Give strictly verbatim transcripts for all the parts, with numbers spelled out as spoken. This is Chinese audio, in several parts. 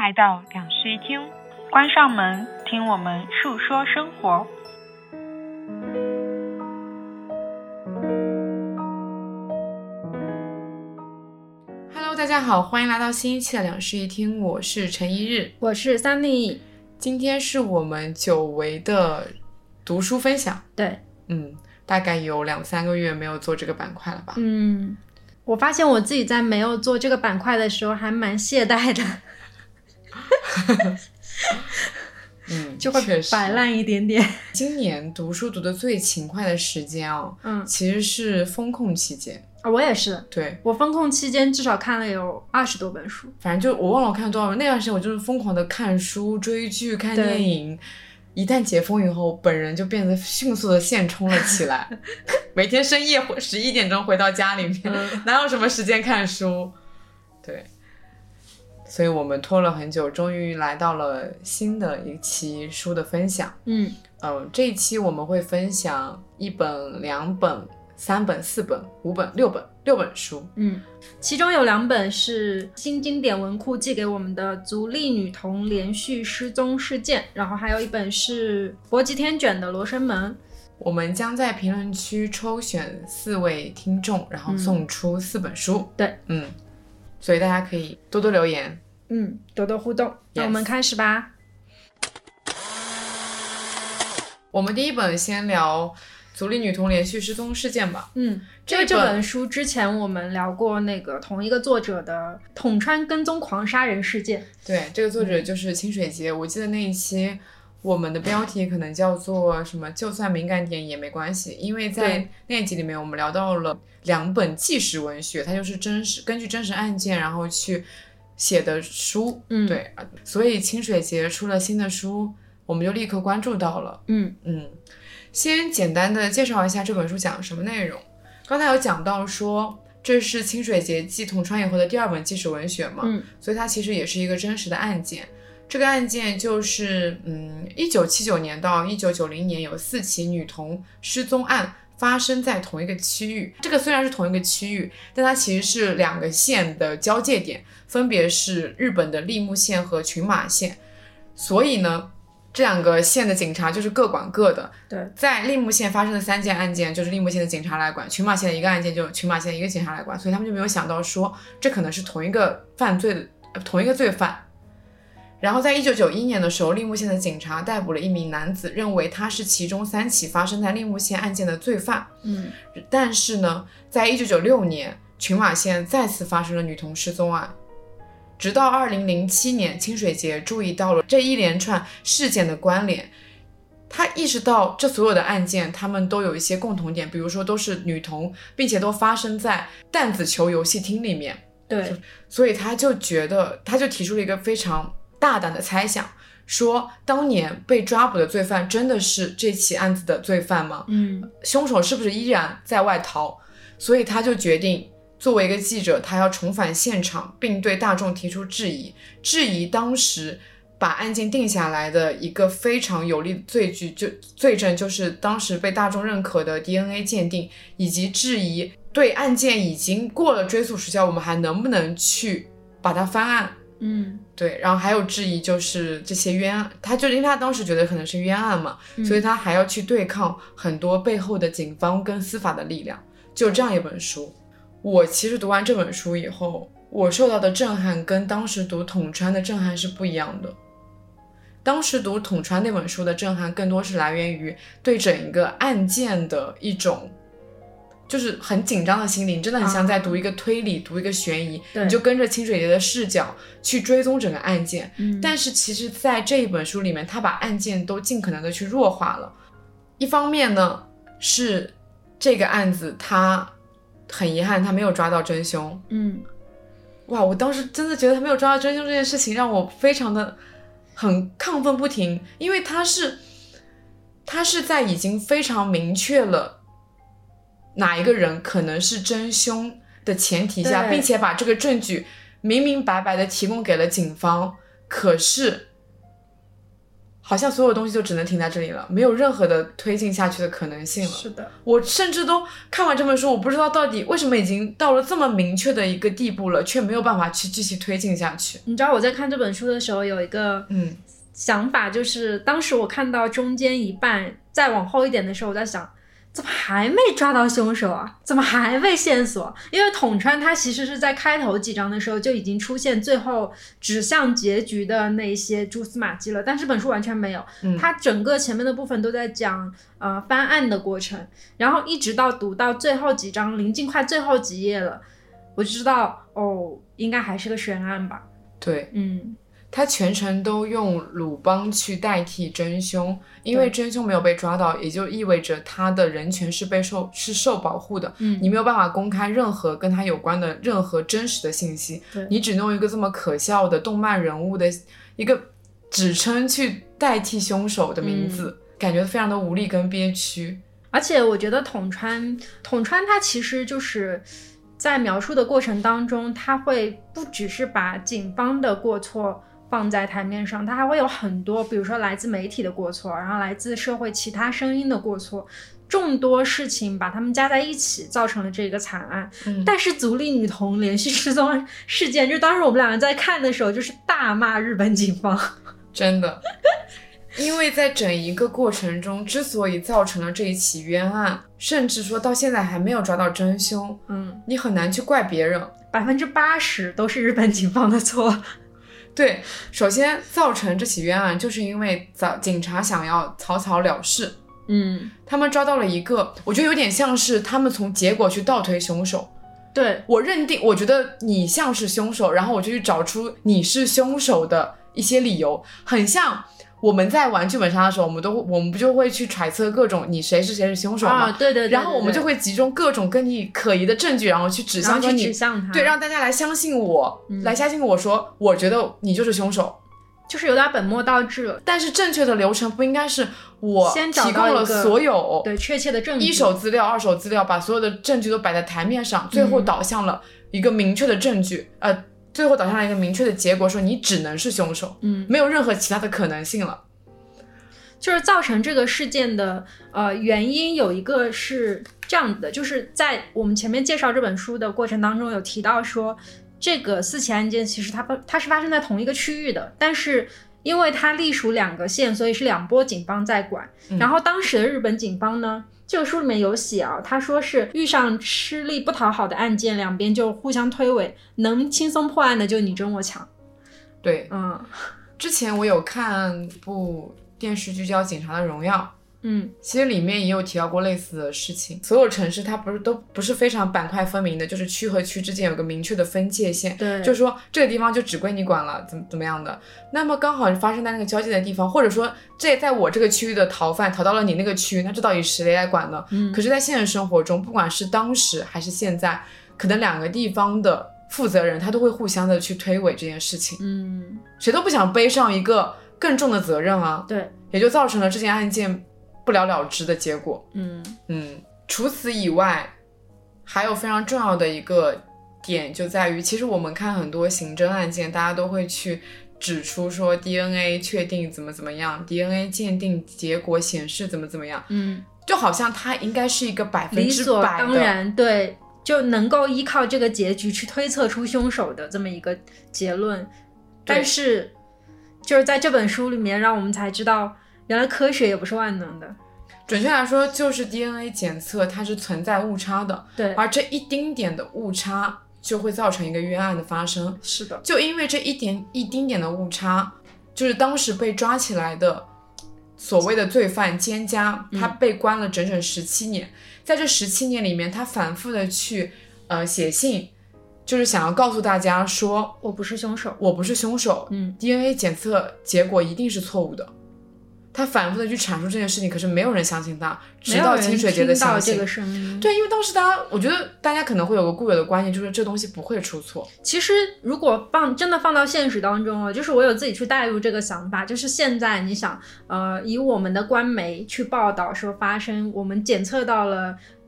来到两室一厅，关上门，听我们述说生活。 Hello， 大家好，欢迎来到新一期的两室一厅，我是陈一日， 我是 Sunny。 今天是我们久违的读书分享。 对， 嗯，大概有两三个月没有做这个板块了吧？ 嗯，我发现我自己在没有做这个板块的时候还蛮懈怠的。 嗯， 就会摆烂一点点。 今年读书读得最勤快的时间哦， 嗯， 其实是封控期间。 啊、我也是。 对， 我封控期间至少看了有二十多本书。 反正就我忘了我看了多少本，那段时间我就是疯狂的看书、追剧、看电影。一旦解封以后，本人就变得迅速的现充了起来。每天深夜十一点钟回到家里面，嗯、哪有什么时间看书？对。所以我们拖了很久，终于来到了新的一期书的分享。 嗯呃，这一期我们会分享一本、两本、三本、四本、五本、六本六本书。 嗯，其中有两本是新经典文库寄给我们的《足利女童连续失踪事件》，然后还有一本是博吉天卷的《罗生门》。 我们将在评论区抽选四位听众，然后送出四本书。 嗯、对， 嗯。所以大家可以多多留言， 嗯，多多互动。Yes. 那我们开始吧。 我们第一本先聊足利女童连续失踪事件吧。 嗯，这个这本书之前我们聊过那个同一个作者的统川跟踪狂杀人事件。 对，这个作者就是清水节、嗯、我记得那一期我们的标题可能叫做什么就算敏感点也没关系，因为在那一集里面我们聊到了两本纪实文学，它就是真实根据真实案件然后去写的书。 嗯， 对，所以清水节出了新的书，我们就立刻关注到了。 嗯嗯，先简单的介绍一下这本书讲什么内容。刚才有讲到说这是清水节继统川以后的第二本纪实文学嘛， 嗯， 所以它其实也是一个真实的案件。这个案件就是嗯，一九七九年到一九九零年有四起女童失踪案发生在同一个区域。这个虽然是同一个区域，但它其实是两个县的交界点，分别是日本的立木县和群马县。所以呢，这两个县的警察就是各管各的。 对，在立木县发生的三件案件就是立木县的警察来管，群马县的一个案件就群马县的一个警察来管，所以他们就没有想到说这可能是同一个犯罪的、呃、同一个罪犯。然后在一九九一年的时候，立木县的警察逮捕了一名男子，认为他是其中三起发生在立木县案件的罪犯。 嗯， 但是呢，在一九九六年，群马县再次发生了女童失踪案。直到二零零七年，清水节注意到了这一连串事件的关联，他意识到这所有的案件他们都有一些共同点，比如说都是女童，并且都发生在弹子球游戏厅里面。 对， 所以他就觉得他就提出了一个非常大胆的猜想，说当年被抓捕的罪犯真的是这起案子的罪犯吗？ 嗯， 凶手是不是依然在外逃？所以他就决定作为一个记者，他要重返现场，并对大众提出质疑，质疑当时把案件定下来的一个非常有力的罪据，就罪证就是当时被大众认可的 D N A 鉴定，以及质疑对案件已经过了追诉时效，我们还能不能去把它翻案？ 嗯， 对，然后还有质疑就是这些冤案，他就因为他当时觉得可能是冤案嘛、 嗯、 所以他还要去对抗很多背后的警方跟司法的力量，就这样一本书。我其实读完这本书以后，我受到的震撼跟当时读统川的震撼是不一样的。当时读统川那本书的震撼更多是来源于对整一个案件的一种就是很紧张的心理，你真的很像在读一个推理、啊、读一个悬疑，你就跟着清水节的视角去追踪整个案件、 嗯、 但是其实在这一本书里面，他把案件都尽可能的去弱化了。一方面呢，是这个案子他很遗憾他没有抓到真凶。 嗯， 哇，我当时真的觉得他没有抓到真凶这件事情让我非常的很亢奋不停，因为他是他是在已经非常明确了哪一个人可能是真凶的前提下，并且把这个证据明明白白的提供给了警方，可是好像所有东西就只能停在这里了，没有任何的推进下去的可能性了。 是的， 我甚至都看完这本书，我不知道到底为什么已经到了这么明确的一个地步了，却没有办法去继续推进下去。 你知道我在看这本书的时候有一个嗯想法，就是当时我看到中间一半再往后一点的时候，我在想怎么还没抓到凶手啊？怎么还没线索？因为统川他其实是在开头几章的时候就已经出现最后指向结局的那些蛛丝马迹了，但这本书完全没有。 嗯， 他整个前面的部分都在讲呃翻案的过程，然后一直到读到最后几章，临近快最后几页了，我就知道哦，应该还是个悬案吧。 对， 嗯。 他全程都用鲁邦去代替真凶，因为真凶没有被抓到，也就意味着他的人权是被受是受保护的。 嗯， 你没有办法公开任何跟他有关的任何真实的信息，你只能用一个这么可笑的动漫人物的一个指称去代替凶手的名字，嗯，感觉非常的无力跟憋屈。 而且我觉得统川统川他其实就是在描述的过程当中，他会不只是把警方的过错放在台面上，它还会有很多，比如说来自媒体的过错，然后来自社会其他声音的过错，众多事情把它们加在一起造成了这个惨案。嗯，但是足利女童连续失踪事件，就当时我们两个在看的时候就是大骂日本警方， 真的因为在整一个过程中之所以造成了这一起冤案，甚至说到现在还没有抓到真凶，嗯，你很难去怪别人， 百分之八十都是日本警方的错。 对，首先造成这起冤案就是因为早警察想要草草了事， 嗯， 他们抓到了一个，我觉得有点像是他们从结果去倒推凶手。 对， 我认定，我觉得你像是凶手，然后我就去找出你是凶手的一些理由，很像我们在玩剧本杀的时候，我们都我们不就会去揣测各种你谁是谁是凶手吗？ 啊，对对 对, 对, 对, 对。 然后我们就会集中各种跟你可疑的证据，然后去指向说你， 指向他， 对，让大家来相信我， 嗯、 来相信我说，我觉得你就是凶手， 就是有点本末倒置了。 但是正确的流程不应该是我先提供了所有对确切的证据， 一手资料、二手资料，把所有的证据都摆在台面上，最后导向了一个明确的证据，嗯、呃，最后导向了一个明确的结果，说你只能是凶手，嗯，没有任何其他的可能性了。 就是造成这个事件的呃原因有一个是这样子的，就是在我们前面介绍这本书的过程当中有提到说，这个四起案件其实它它是发生在同一个区域的，但是因为它隶属两个县，所以是两波警方在管、嗯、然后当时的日本警方呢，这个书里面有写啊，他说是遇上吃力不讨好的案件，两边就互相推诿，能轻松破案的就你争我抢。 对， 嗯， 之前我有看部电视剧叫《警察的荣耀》， 嗯， 其实里面也有提到过类似的事情。所有城市它不是都不是非常板块分明的，就是区和区之间有个明确的分界线， 对， 就是说这个地方就只归你管了，怎么怎么样的。那么刚好发生在那个交界的地方，或者说这在我这个区域的逃犯逃到了你那个区，那这到底谁来管呢？嗯，可是在现实生活中，不管是当时还是现在，可能两个地方的负责人他都会互相的去推诿这件事情， 嗯， 谁都不想背上一个更重的责任啊， 对， 也就造成了这件案件不了了之的结果。 嗯嗯，除此以外，还有非常重要的一个点就在于，其实我们看很多刑侦案件，大家都会去指出说 D N A 确定怎么怎么样 ，D N A 鉴定结果显示怎么怎么样， 嗯， 就好像它应该是一个百分之百的， 理所当然，对，就能够依靠这个结局去推测出凶手的这么一个结论。但是就是在这本书里面让我们才知道原来科学也不是万能的， 准确来说就是 D N A 检测它是存在误差的， 对， 而这一丁点的误差就会造成一个冤案的发生。 是的， 就因为这一点一丁点的误差，就是当时被抓起来的所谓的罪犯奸家，他被关了整整十七年、嗯、在这十七年里面他反复的去呃写信，就是想要告诉大家说我不是凶手， 我不是凶手，嗯 D N A 检测结果一定是错误的。他反复的去阐述这件事情，可是没有人相信他，直到清水节的相信。 这个声音， 对，因为当时大家，我觉得大家可能会有个固有的观念，就是这东西不会出错。 其实如果放真的放到现实当中了，就是我有自己去带入这个想法，就是现在你想，呃，以我们的官媒去报道说发生，我们检测到了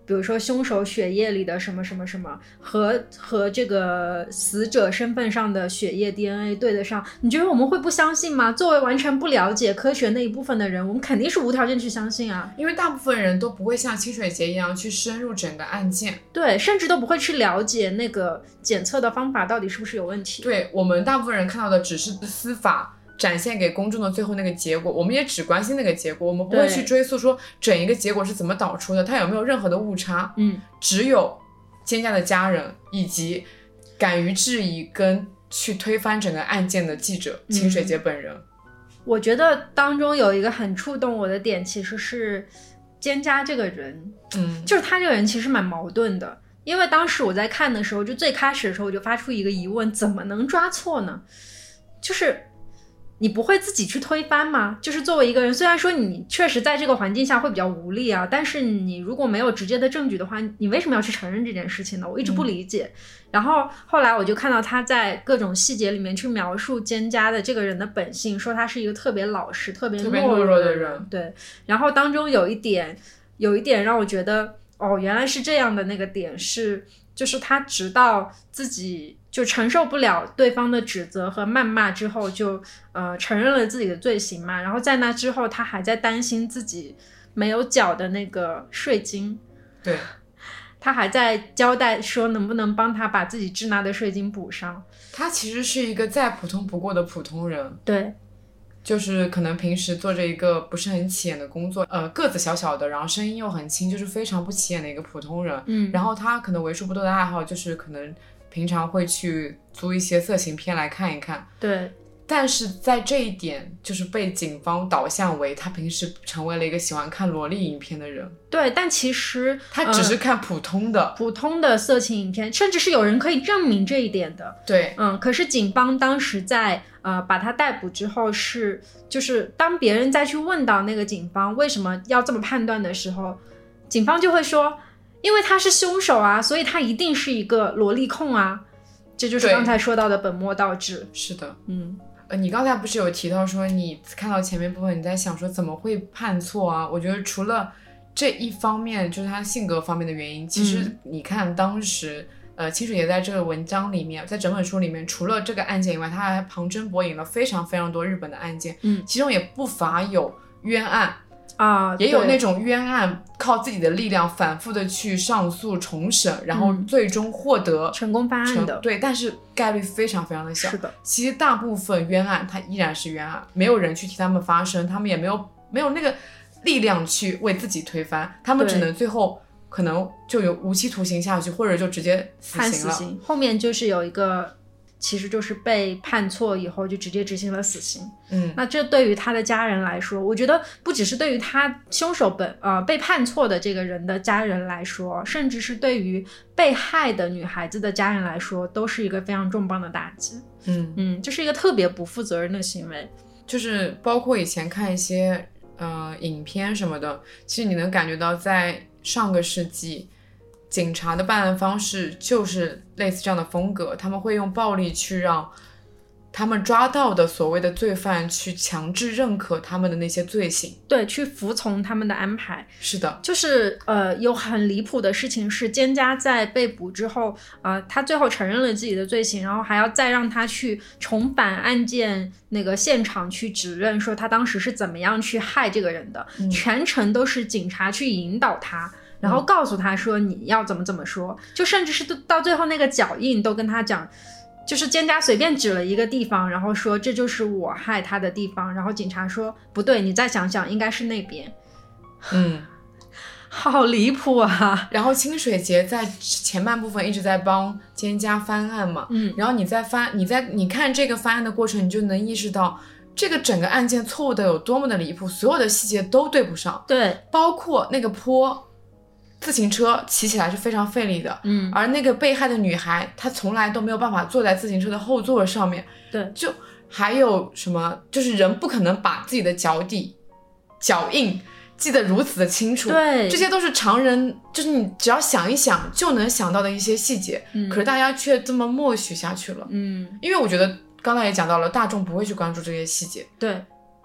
比如说凶手血液里的什么什么什么和和这个死者身份上的血液 D N A 对得上，你觉得我们会不相信吗？作为完全不了解科学那一部分的人，我们肯定是无条件去相信啊。 因为大部分人都不会像清水节一样去深入整个案件， 对，甚至都不会去了解那个检测的方法到底是不是有问题。 对，我们大部分人看到的只是司法展现给公众的最后那个结果，我们也只关心那个结果，我们不会去追溯说整一个结果是怎么导出的，它有没有任何的误差。 嗯， 只有奸家的家人以及敢于质疑跟去推翻整个案件的记者清水节本人。 嗯，我觉得当中有一个很触动我的点，其实是奸家这个人， 嗯， 就是他这个人其实蛮矛盾的。因为当时我在看的时候，就最开始的时候我就发出一个疑问，怎么能抓错呢？就是你不会自己去推翻吗？就是作为一个人，虽然说你确实在这个环境下会比较无力啊，但是你如果没有直接的证据的话，你为什么要去承认这件事情呢？我一直不理解。嗯，然后后来我就看到他在各种细节里面去描述奸家的这个人的本性，说他是一个特别老实、特别懦弱的人。对，然后当中有一点，有一点让我觉得，哦，原来是这样的那个点是，就是他直到自己就承受不了对方的指责和谩骂之后就呃承认了自己的罪行嘛，然后在那之后他还在担心自己没有缴的那个税金。 对， 他还在交代说能不能帮他把自己滞纳的税金补上。 他其实是一个再普通不过的普通人。 对， 就是可能平时做着一个不是很起眼的工作，呃，个子小小的，然后声音又很轻，就是非常不起眼的一个普通人。 嗯， 然后他可能为数不多的爱好就是可能平常会去租一些色情片来看一看。 对， 但是在这一点就是被警方导向为他平时成为了一个喜欢看萝莉影片的人。 对，但其实他只是看普通的、呃、 普通的色情影片，甚至是有人可以证明这一点的。 对， 嗯，可是警方当时在呃把他逮捕之后是，就是当别人再去问到那个警方为什么要这么判断的时候，警方就会说，因为他是凶手啊，所以他一定是一个萝莉控啊。这就是刚才说到的本末倒置。 是的， 嗯。 呃，你刚才不是有提到说你看到前面部分你在想说怎么会判错啊？我觉得除了这一方面就是他性格方面的原因，其实你看当时、嗯、呃清水节在这个文章里面，在整本书里面，除了这个案件以外，他还旁征博引了非常非常多日本的案件， 嗯， 其中也不乏有冤案啊， 也有那种冤案靠自己的力量反复的去上诉重审，然后最终获得、 嗯、成功翻案的。 对，但是概率非常非常的小。 是的， 其实大部分冤案它依然是冤案，没有人去替他们发声，他们也没有没有那个力量去为自己推翻，他们只能最后可能就有无期徒刑下去，或者就直接死刑了。 判死刑，后面就是有一个其实就是被判错以后就直接执行了死刑。 嗯， 那这对于他的家人来说，我觉得不只是对于他凶手本呃被判错的这个人的家人来说，甚至是对于被害的女孩子的家人来说，都是一个非常重磅的打击。 嗯嗯，这是一个特别不负责任的行为。 就是包括以前看一些呃影片什么的，其实你能感觉到在上个世纪警察的办案方式就是类似这样的风格，他们会用暴力去让他们抓到的所谓的罪犯去强制认可他们的那些罪行， 对，去服从他们的安排。 是的， 就是呃，有很离谱的事情是，奸家在被捕之后，呃，他最后承认了自己的罪行，然后还要再让他去重返案件那个现场去指认，说他当时是怎么样去害这个人的， 嗯、 全程都是警察去引导他。然后告诉他说你要怎么怎么说，就甚至是到最后那个脚印都跟他讲，就是奸家随便指了一个地方，然后说这就是我害他的地方，然后警察说不对，你再想想，应该是那边。 嗯， 好离谱啊。 然后清水节在前半部分一直在帮奸家翻案嘛， 嗯， 然后你在翻你在你看这个翻案的过程，你就能意识到这个整个案件错误的有多么的离谱，所有的细节都对不上。 对， 包括那个坡自行车骑起来是非常费力的， 嗯， 而那个被害的女孩她从来都没有办法坐在自行车的后座上面， 对， 就还有什么，就是人不可能把自己的脚底脚印记得如此的清楚， 对， 这些都是常人就是你只要想一想就能想到的一些细节， 嗯， 可是大家却这么默许下去了， 嗯， 因为我觉得刚才也讲到了，大众不会去关注这些细节， 对，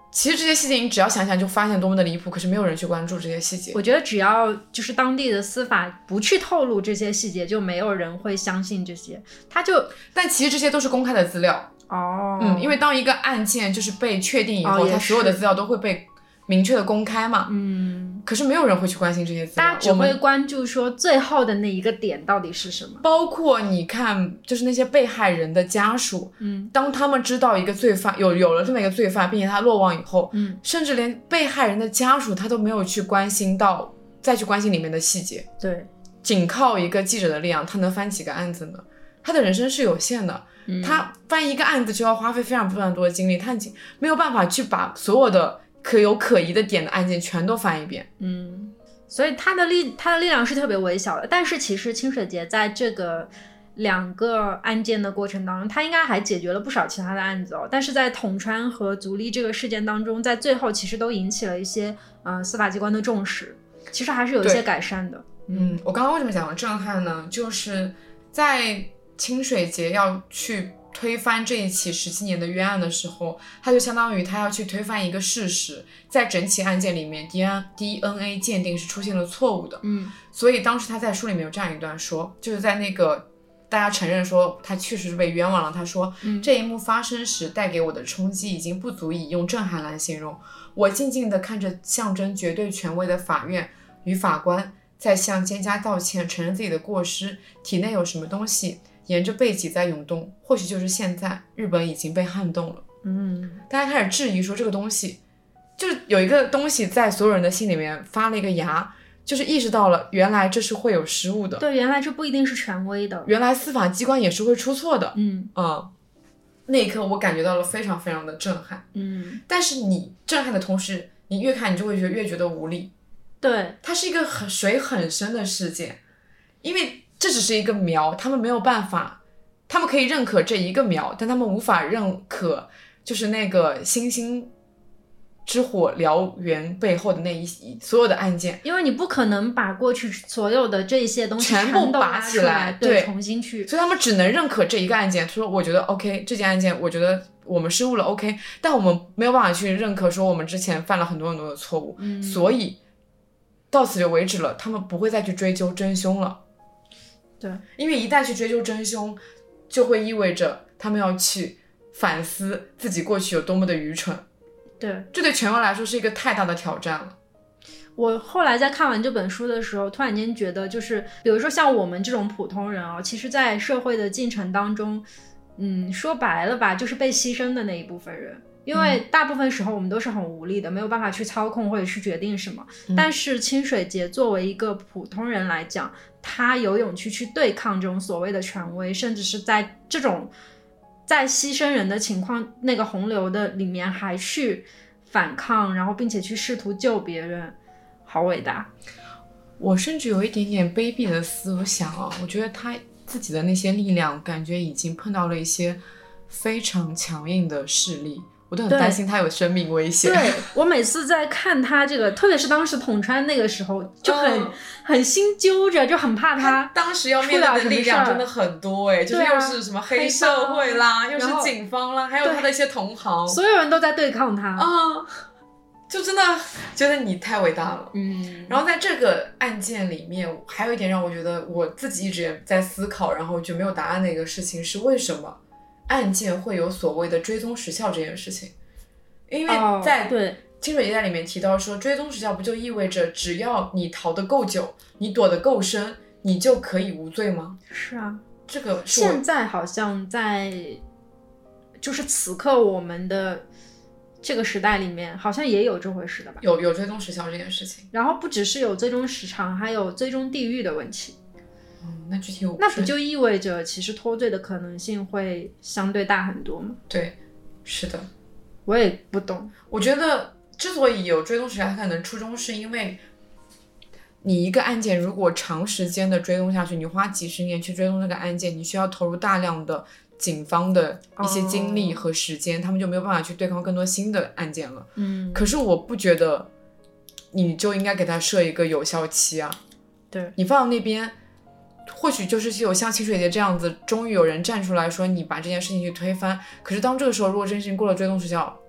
其实这些细节你只要想想就发现多么的离谱，可是没有人去关注这些细节。 我觉得只要就是当地的司法不去透露这些细节，就没有人会相信这些。他就， 但其实这些都是公开的资料哦， 嗯，因为当一个案件就是被确定以后， 哦、 它所有的资料都会被明确的公开嘛， 嗯， 可是没有人会去关心这些资料， 大家只会关注说最后的那一个点到底是什么。 包括你看，就是那些被害人的家属， 嗯， 当他们知道一个罪犯有有了这么一个罪犯，并且他落网以后， 嗯， 甚至连被害人的家属他都没有去关心到，再去关心里面的细节。 对， 仅靠一个记者的力量，他能翻几个案子呢？他的人生是有限的，嗯、他翻一个案子就要花费非常非常多的精力，他已经没有办法去把所有的可有可疑的点的案件全都翻一遍。 嗯，所以他的力他的力量是特别微小的。但是其实清水节在这个两个案件的过程当中，他应该还解决了不少其他的案子哦。但是在统川和足利这个事件当中，在最后其实都引起了一些呃司法机关的重视，其实还是有一些改善的。 嗯，我刚刚为什么讲震撼呢？就是在清水节要去推翻这一起十七年的冤案的时候，他就相当于他要去推翻一个事实，在整起案件里面 D N A 鉴定是出现了错误的。 嗯， 所以当时他在书里面有这样一段说，就是在那个大家承认说他确实是被冤枉了，他说、嗯、这一幕发生时带给我的冲击已经不足以用震撼来形容，我静静地看着象征绝对权威的法院与法官在向蒹葭道歉，承认自己的过失，体内有什么东西沿着背脊在涌动，或许就是现在日本已经被撼动了。 嗯， 大家开始质疑说这个东西，就是有一个东西在所有人的心里面发了一个芽，就是意识到了原来这是会有失误的。 对，原来这不一定是权威的， 原来司法机关也是会出错的。 嗯嗯，那一刻我感觉到了非常非常的震撼。 嗯， 但是你震撼的同时，你越看你就会觉得越觉得无力。 对， 它是一个很水很深的事件，因为这只是一个苗，他们没有办法，他们可以认可这一个苗，但他们无法认可就是那个星星之火燎原背后的那一所有的案件， 因为你不可能把过去所有的这些东西全部拔起来， 对， 对， 重新去， 所以他们只能认可这一个案件。他说我觉得 OK， 这件案件我觉得我们失误了 OK， 但我们没有办法去认可说我们之前犯了很多很多的错误、 嗯、 所以到此就为止了，他们不会再去追究真凶了。 对， 因为一旦去追究真凶，就会意味着他们要去反思自己过去有多么的愚蠢。 对， 这对权威来说是一个太大的挑战了。 我后来在看完这本书的时候，突然间觉得，就是比如说像我们这种普通人啊，其实在社会的进程当中，嗯，说白了吧，就是被牺牲的那一部分人。因为大部分时候我们都是很无力的，没有办法去操控或者去决定什么、嗯、但是清水节作为一个普通人来讲，他有勇气去对抗这种所谓的权威，甚至是在这种在牺牲人的情况那个洪流的里面还去反抗，然后并且去试图救别人，好伟大。 我甚至有一点点卑鄙的思想啊，我觉得他自己的那些力量感觉已经碰到了一些非常强硬的势力，我都很担心他有生命危险。 对，我每次在看他这个，特别是当时统川那个时候，就很、嗯、很心揪着，就很怕他。 他当时要面对的力量真的很多哎，就是又是什么黑社会啦，又是警方啦，还有他的一些同行， 所有人都在对抗他啊、嗯，就真的觉得你太伟大了。 嗯， 然后在这个案件里面，还有一点让我觉得我自己一直也在思考，然后就没有答案的一个事情是为什么案件会有所谓的追踪时效这件事情。因为在清水节在里面提到说、oh, 追踪时效不就意味着只要你逃得够久，你躲得够深，你就可以无罪吗？ 是啊， 这个是现在好像在就是此刻我们的这个时代里面好像也有这回事的吧， 有有追踪时效这件事情， 然后不只是有追踪时长，还有追踪地域的问题。 嗯，那具体我那不就意味着其实脱罪的可能性会相对大很多吗？ 对，是的， 我也不懂。 我觉得之所以有追踪时效，它可能初衷是因为你一个案件如果长时间的追踪下去，你花几十年去追踪这个案件，你需要投入大量的警方的一些精力和时间、oh. 他们就没有办法去对抗更多新的案件了。 嗯， 可是我不觉得你就应该给他设一个有效期啊。 对， 你放到那边或许就是有像清水节这样子，终于有人站出来说你把这件事情去推翻，可是当这个时候如果这件事情过了追踪时效，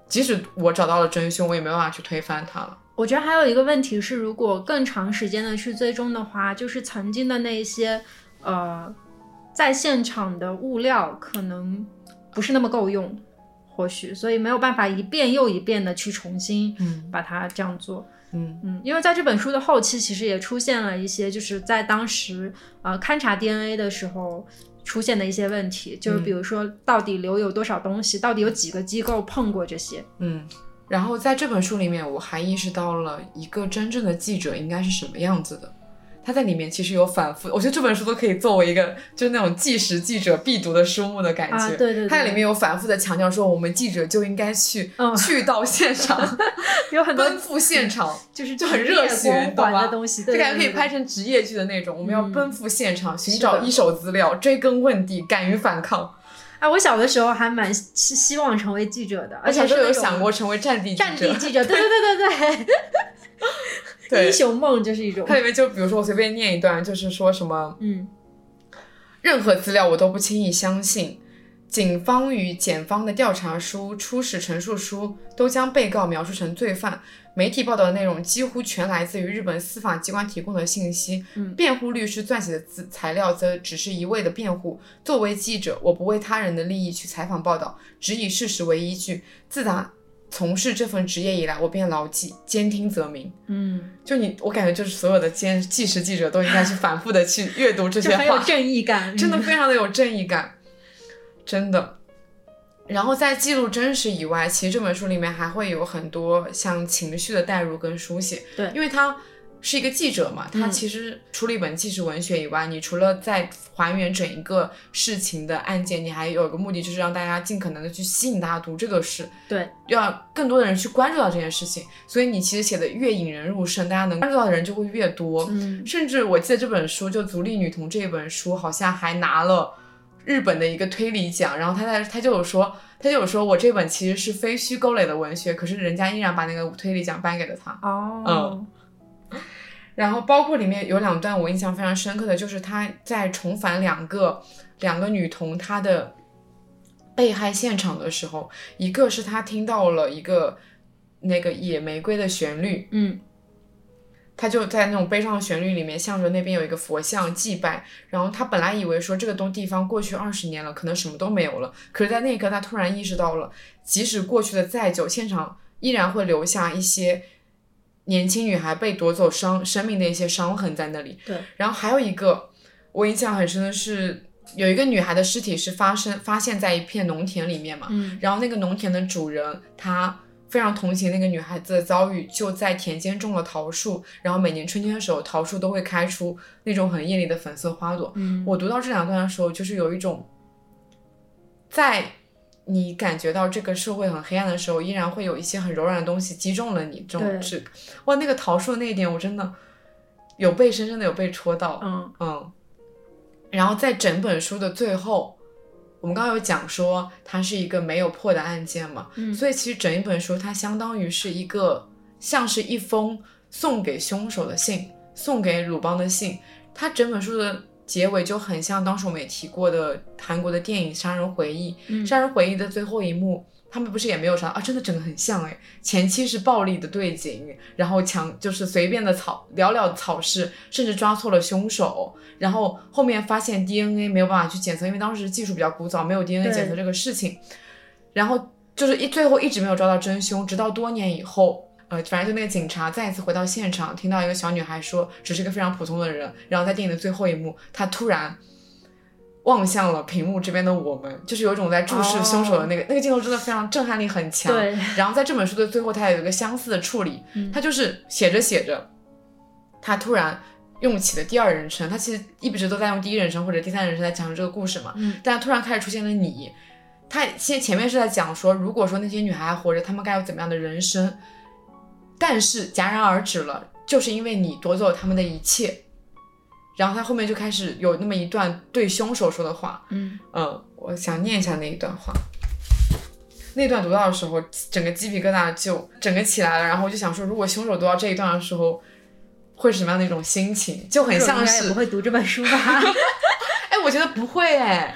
即使我找到了真凶，我也没办法去推翻它了。 我觉得还有一个问题是，如果更长时间的去追踪的话，就是曾经的那些呃在现场的物料可能不是那么够用，或许所以没有办法一遍又一遍的去重新把它这样做。 嗯嗯，因为在这本书的后期其实也出现了一些就是在当时呃勘察 D N A 的时候出现的一些问题，就是比如说到底留有多少东西、嗯、到底有几个机构碰过这些。 嗯，然后在这本书里面我还意识到了一个真正的记者应该是什么样子的。他在里面其实有反复，我觉得这本书都可以作为一个就是那种纪实记者必读的书目的感觉、啊、 对对对， 他里面有反复的强调说我们记者就应该去、嗯、去到现场有很多奔赴现场， 就是就很热血光环的东西，对对对对， 就感觉可以拍成职业剧的那种、嗯、我们要奔赴现场寻找一手资料，追根问底，敢于反抗。 哎，我小的时候还蛮希望成为记者的，而且是有想过成为战地记者。 战地记者，对对对对对。对，英雄梦这是一种。 它里面就比如说我随便念一段，就是说什么， 嗯， 任何资料我都不轻易相信。警方与检方的调查书、初始陈述书都将被告描述成罪犯。媒体报道的内容几乎全来自于日本司法机关提供的信息， 嗯， 辩护律师撰写的资材料则只是一味的辩护。作为记者，我不为他人的利益去采访报道，只以事实为依据。自打从事这份职业以来，我便牢记兼听则明。 嗯， 就你，我感觉就是所有的监纪实记者都应该去反复的去阅读这些话， 就很有正义感， 真的非常的有正义感，真的。然后在记录真实以外，其实这本书里面还会有很多像情绪的带入跟书写。 对， 因为他是一个记者嘛，他其实出了一本纪实文学以外、嗯、你除了在还原整一个事情的案件，你还有一个目的，就是让大家尽可能的去吸引大家读这个事， 对， 让更多的人去关注到这件事情。所以你其实写的越引人入胜，大家能关注到的人就会越多。 嗯， 甚至我记得这本书就《足利女童》这一本书好像还拿了日本的一个推理奖，然后他在他就有说他就有说我这本其实是非虚构类的文学，可是人家依然把那个推理奖颁给了他。 哦， 嗯，然后包括里面有两段我印象非常深刻的，就是他在重返两个两个女童她的被害现场的时候，一个是他听到了一个那个野玫瑰的旋律， 嗯， 他就在那种悲伤的旋律里面向着那边有一个佛像祭拜，然后他本来以为说这个东地方过去二十年了可能什么都没有了，可是在那一刻他突然意识到了，即使过去的再久，现场依然会留下一些年轻女孩被夺走伤生命的一些伤痕在那里。 对， 然后还有一个我印象很深的是，有一个女孩的尸体是发生发现在一片农田里面嘛， 嗯， 然后那个农田的主人他非常同情那个女孩子的遭遇，就在田间种了桃树，然后每年春天的时候桃树都会开出那种很艳丽的粉色花朵。 嗯， 我读到这两段的时候，就是有一种在你感觉到这个社会很黑暗的时候，依然会有一些很柔软的东西击中了你这种质感。哇，那个桃树的那一点我真的有被深深的有被戳到。 嗯嗯，然后在整本书的最后，我们刚刚有讲说它是一个没有破的案件嘛， 嗯， 所以其实整一本书它相当于是一个像是一封送给凶手的信，送给鲁邦的信。它整本书的结尾就很像当时我们也提过的韩国的电影《杀人回忆》， 嗯， 杀人回忆的最后一幕他们不是也没有啥啊，真的整个很像诶，前期是暴力的对景，然后强就是随便的草寥寥草事，甚至抓错了凶手，然后后面发现 D N A 没有办法去检测，因为当时技术比较古早，没有 D N A 检测这个事情，然后就是一最后一直没有抓到真凶，直到多年以后呃，反正就那个警察再一次回到现场，听到一个小女孩说只是一个非常普通的人，然后在电影的最后一幕他突然望向了屏幕这边的我们，就是有一种在注视凶手的那个、oh. 那个镜头真的非常震撼力很强。 对， 然后在这本书的最后他有一个相似的处理， 嗯， 他就是写着写着他突然用起了第二人称，他其实一直都在用第一人称或者第三人称在讲这个故事嘛， 嗯， 但他突然开始出现了你，他现前面是在讲说如果说那些女孩还活着他们该有怎么样的人生，但是戛然而止了，就是因为你夺走了他们的一切。然后他后面就开始有那么一段对凶手说的话， 嗯嗯，我想念一下那一段话。那段读到的时候整个鸡皮疙瘩就整个起来了，然后我就想说如果凶手读到这一段的时候会是什么样的一种心情，就很像是应该也不会读这本书吧哎，我觉得不会哎，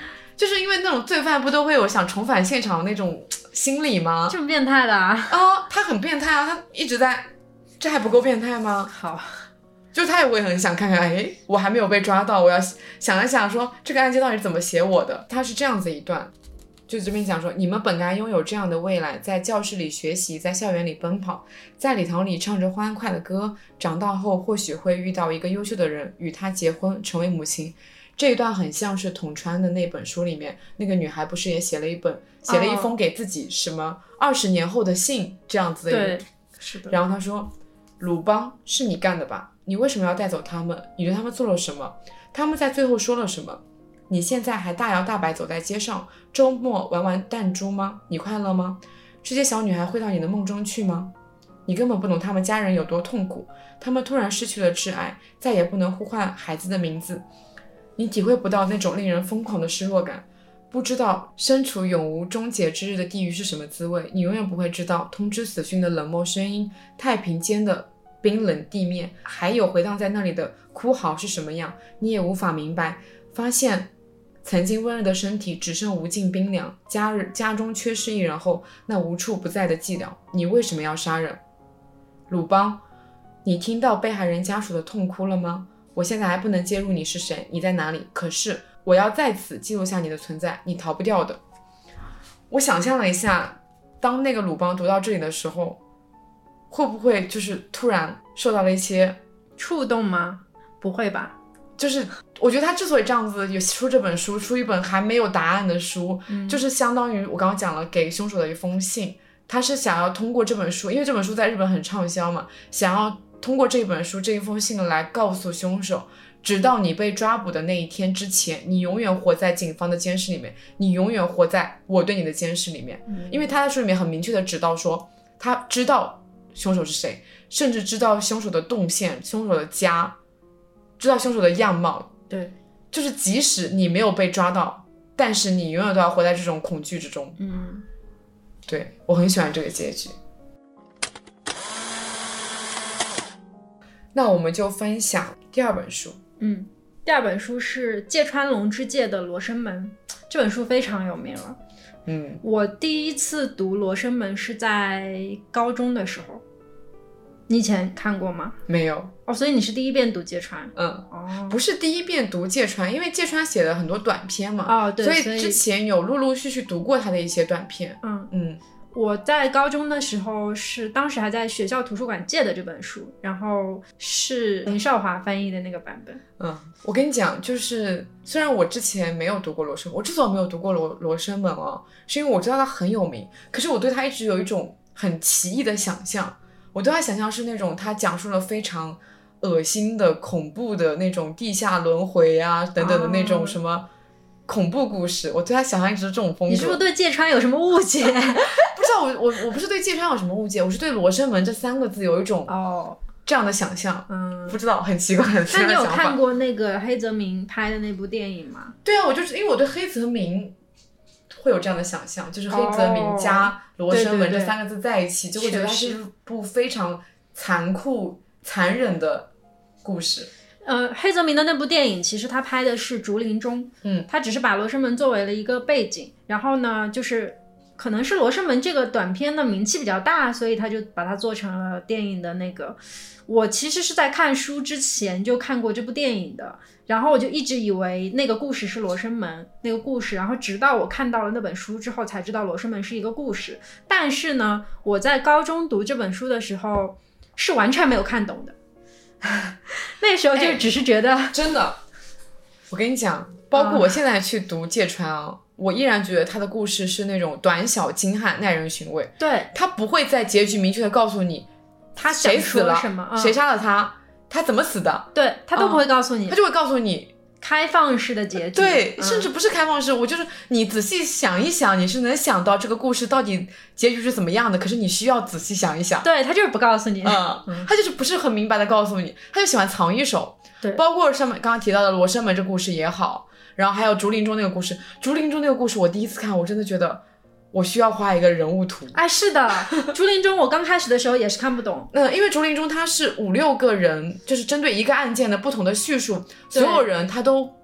就是因为那种罪犯不都会有想重返现场的那种心理吗？ 这么变态的啊？ 啊，他很变态啊，他一直在，这还不够变态吗？ 好， 就他也会很想看看，哎，我还没有被抓到，我要想一想说这个案件到底是怎么写我的。他是这样子一段，就这边讲说，你们本该拥有这样的未来，在教室里学习，在校园里奔跑，在礼堂里唱着欢快的歌，长大后或许会遇到一个优秀的人，与他结婚，成为母亲。这一段很像是统川的那本书里面，那个女孩不是也写了一本，写了一封给自己什么二十年后的信这样子的一个。 对，是的。 然后他说，鲁邦是你干的吧？你为什么要带走他们？你对他们做了什么？他们在最后说了什么？你现在还大摇大摆走在街上，周末玩玩弹珠吗？你快乐吗？这些小女孩会到你的梦中去吗？你根本不懂他们家人有多痛苦，他们突然失去了挚爱，再也不能呼唤孩子的名字。你体会不到那种令人疯狂的失落感，不知道身处永无终结之日的地狱是什么滋味，你永远不会知道通知死讯的冷漠声音，太平间的冰冷地面，还有回荡在那里的哭嚎是什么样，你也无法明白。发现曾经温热的身体只剩无尽冰凉，家日家中缺失一人后，那无处不在的寂寥，你为什么要杀人？鲁邦，你听到被害人家属的痛哭了吗？我现在还不能介入你是谁，你在哪里，可是我要在此记录下你的存在，你逃不掉的。我想象了一下，当那个鲁邦读到这里的时候，会不会就是突然受到了一些触动吗？不会吧， 就是我觉得他之所以这样子有出这本书，出一本还没有答案的书、嗯、就是相当于我刚刚讲了给凶手的一封信，他是想要通过这本书，因为这本书在日本很畅销嘛，想要通过这本书这一封信来告诉凶手，直到你被抓捕的那一天之前，你永远活在警方的监视里面，你永远活在我对你的监视里面、嗯、因为他在书里面很明确的指到说他知道凶手是谁，甚至知道凶手的动线，凶手的家，知道凶手的样貌。 对， 就是即使你没有被抓到，但是你永远都要活在这种恐惧之中。 嗯， 对，我很喜欢这个结局。那我们就分享第二本书。 嗯，第二本书是芥川龙之介的《罗生门》，这本书非常有名了。 嗯， 我第一次读《罗生门》是在高中的时候。你以前看过吗？ 没有。 哦，所以你是第一遍读芥川？ 嗯， 哦， 不是第一遍读芥川，因为芥川写了很多短篇嘛。 哦，对， 所以之前有陆陆续续读过他的一些短篇。 嗯嗯。 我在高中的时候是当时还在学校图书馆借的这本书，然后是林少华翻译的那个版本。 嗯，我跟你讲，就是虽然我之前没有读过罗生门，我之所以没有读过罗罗生门哦，是因为我知道它很有名，可是我对它一直有一种很奇异的想象，我对它想象是那种它讲述了非常恶心的恐怖的那种地下轮回啊等等的那种什么恐怖故事、哦、我对它想象一直是这种风格。 你是不是对芥川有什么误解？ 不知道，我我我不是对芥川有什么误解，我是对罗生门这三个字有一种哦这样的想象。 嗯， 不知道，很奇怪的想法。 那你有看过那个黑泽明拍的那部电影吗？ 对啊，我就是因为我对黑泽明会有这样的想象，就是黑泽明加罗生门这三个字在一起、哦、对对对，就会觉得它是一部非常残酷残忍的故事。 呃，黑泽明的那部电影其实他拍的是竹林中， 嗯， 他只是把罗生门作为了一个背景，然后呢就是可能是罗生门这个短片的名气比较大，所以他就把它做成了电影的那个。我其实是在看书之前就看过这部电影的，然后我就一直以为那个故事是罗生门那个故事，然后直到我看到了那本书之后才知道罗生门是一个故事。但是呢，我在高中读这本书的时候是完全没有看懂的。那时候就只是觉得、 欸、真的，我跟你讲，包括我现在去读芥川啊、嗯，我依然觉得他的故事是那种短小精悍耐人寻味。 对， 他不会在结局明确的告诉你他谁死了什么、嗯、 谁杀了他，他怎么死的， 对，他都不会告诉你、 嗯、他就会告诉你开放式的结局。 对、 嗯、 甚至不是开放式，我就是你仔细想一想，你是能想到这个故事到底结局是怎么样的，可是你需要仔细想一想。 对，他就是不告诉你。 嗯，嗯他就是不是很明白的告诉你，他就喜欢藏一手。 对， 包括上面刚刚提到的罗生门这故事也好，然后还有竹林中那个故事，竹林中那个故事我第一次看，我真的觉得我需要画一个人物图。 哎，是的，竹林中我刚开始的时候也是看不懂。 嗯，因为竹林中它是五六个人，就是针对一个案件的不同的叙述，所有人他都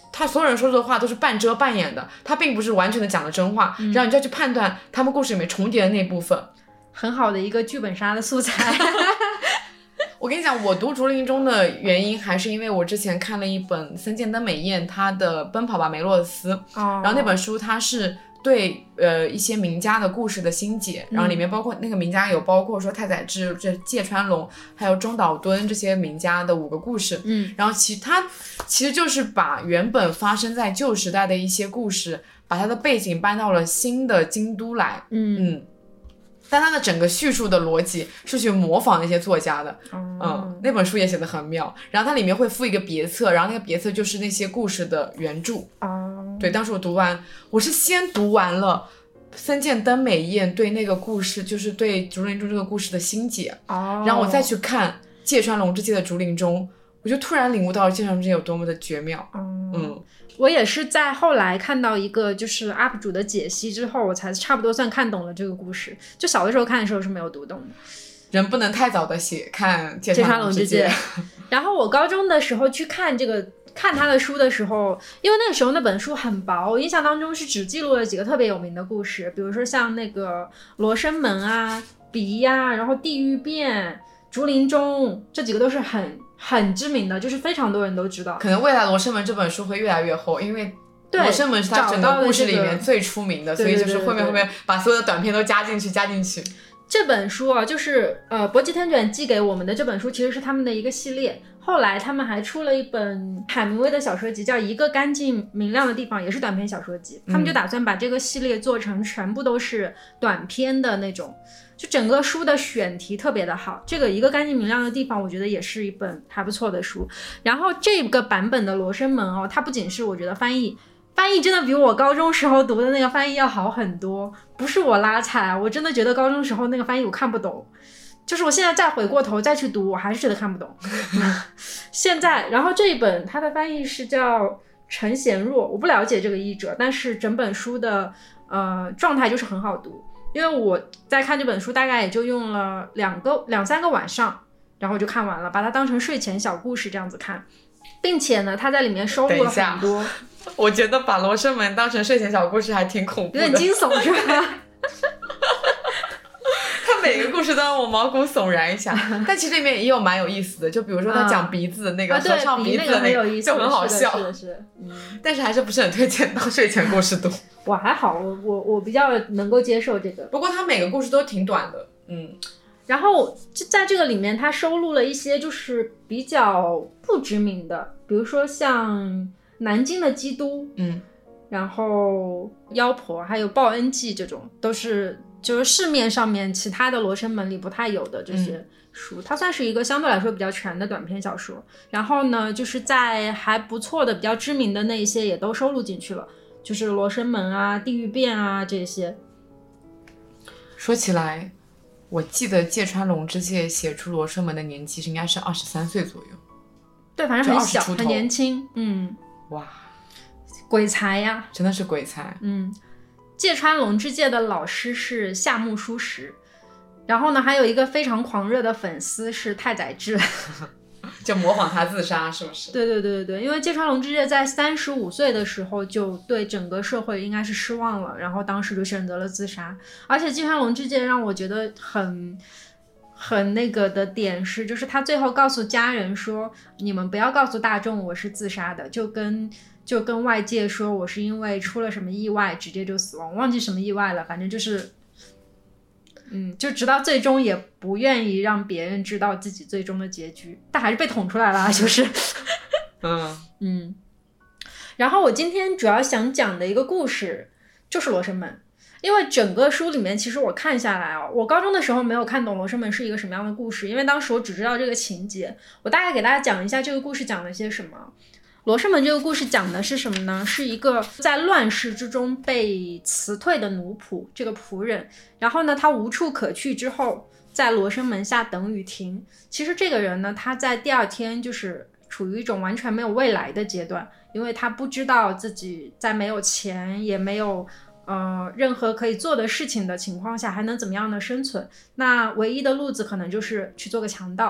他所有人说的话都是半遮半掩的，他并不是完全的讲的真话、嗯、然后你就要去判断他们故事里面重叠的那部分， 很好的一个剧本杀的素材我跟你讲，我读竹林中的原因还是因为我之前看了一本森见登美彦他的奔跑吧梅洛斯、哦、然后那本书它是对呃一些名家的故事的新解、嗯、然后里面包括那个名家有包括说太宰治、这芥川龙还有中岛敦这些名家的五个故事，嗯，然后其他其实就是把原本发生在旧时代的一些故事把它的背景搬到了新的京都来，嗯嗯，但它的整个叙述的逻辑是去模仿那些作家的、嗯, 嗯，那本书也写得很妙，然后它里面会附一个别册，然后那个别册就是那些故事的原著、嗯、对，当时我读完我是先读完了森见登美彦对那个故事就是对竹林中这个故事的新解、哦、然后我再去看芥川龙之介的竹林中，我就突然领悟到了芥川龙之介有多么的绝妙。嗯嗯， 我也是在后来看到一个就是 U P 主的解析之后，我才差不多算看懂了这个故事，就小的时候看的时候是没有读懂的。 人不能太早的写看芥川龙之介然后我高中的时候去看这个看他的书的时候，因为那个时候那本书很薄，我印象当中是只记录了几个特别有名的故事，比如说像那个罗生门啊、鼻呀、啊，然后地狱变、竹林中，这几个都是很很知名的，就是非常多人都知道。 可能未来罗生门这本书会越来越厚，因为罗生门是他整个故事里面最出名的， 的、这个、 所以就是后面后面把所有的短片都加进去加进去。 这本书啊，就是呃博吉天卷寄给我们的这本书其实是他们的一个系列，后来他们还出了一本海明威的小说集叫一个干净明亮的地方，也是短篇小说集，他们就打算把这个系列做成全部都是短篇的那种，就整个书的选题特别的好，这个一个干净明亮的地方我觉得也是一本还不错的书。然后这个版本的罗生门哦，它不仅是我觉得翻译翻译真的比我高中时候读的那个翻译要好很多，不是我拉踩，我真的觉得高中时候那个翻译我看不懂，就是我现在再回过头再去读我还是觉得看不懂现在然后这一本它的翻译是叫陈贤若，我不了解这个译者，但是整本书的呃状态就是很好读，因为我在看这本书大概也就用了两个两三个晚上，然后就看完了，把它当成睡前小故事这样子看，并且呢它在里面收录了很多， 我觉得把罗生门当成睡前小故事还挺恐怖的， 有点惊悚是吧他每个故事都让我毛骨悚然一下但其实里面也有蛮有意思的，就比如说他讲鼻子的那个、 啊、 合唱鼻子的那个、 啊、 就很好笑， 是的是的是、嗯、 但是还是不是很推荐当睡前故事读我还好，我我我比较能够接受这个， 不过他每个故事都挺短的，嗯， 然后在这个里面他收录了一些就是比较不知名的，比如说像南京的基督，嗯，然后妖婆还有报恩记，这种都是就是市面上面其他的罗生门里不太有的这些书、嗯、它算是一个相对来说比较全的短篇小说，然后呢就是在还不错的比较知名的那一些也都收录进去了，就是罗生门啊、地狱变啊这些。 说起来我记得芥川龙之介写出罗生门的年纪是应该是二十三岁左右， 对，反正很小很年轻，嗯， 哇， 鬼才呀， 真的是鬼才。 嗯，芥川龙之介的老师是夏目漱石，然后呢还有一个非常狂热的粉丝是太宰治就模仿他自杀是不是？ 对对对对对，因为芥川龙之介在三十五岁的时候就对整个社会应该是失望了，然后当时就选择了自杀。而且芥川龙之介让我觉得很很那个的点是，就是他最后告诉家人说你们不要告诉大众我是自杀的，就跟就跟外界说我是因为出了什么意外直接就死亡，忘记什么意外了，反正就是嗯，就直到最终也不愿意让别人知道自己最终的结局，但还是被捅出来了就是嗯嗯。然后我今天主要想讲的一个故事就是罗生门，因为整个书里面其实我看下来哦，我高中的时候没有看懂罗生门是一个什么样的故事，因为当时我只知道这个情节，我大概给大家讲一下这个故事讲了些什么。罗生门这个故事讲的是什么呢？是一个在乱世之中被辞退的奴仆，这个仆人，然后呢他无处可去之后在罗生门下等雨停。其实这个人呢他在第二天就是处于一种完全没有未来的阶段，因为他不知道自己在没有钱也没有呃任何可以做的事情的情况下还能怎么样的生存，那唯一的路子可能就是去做个强盗，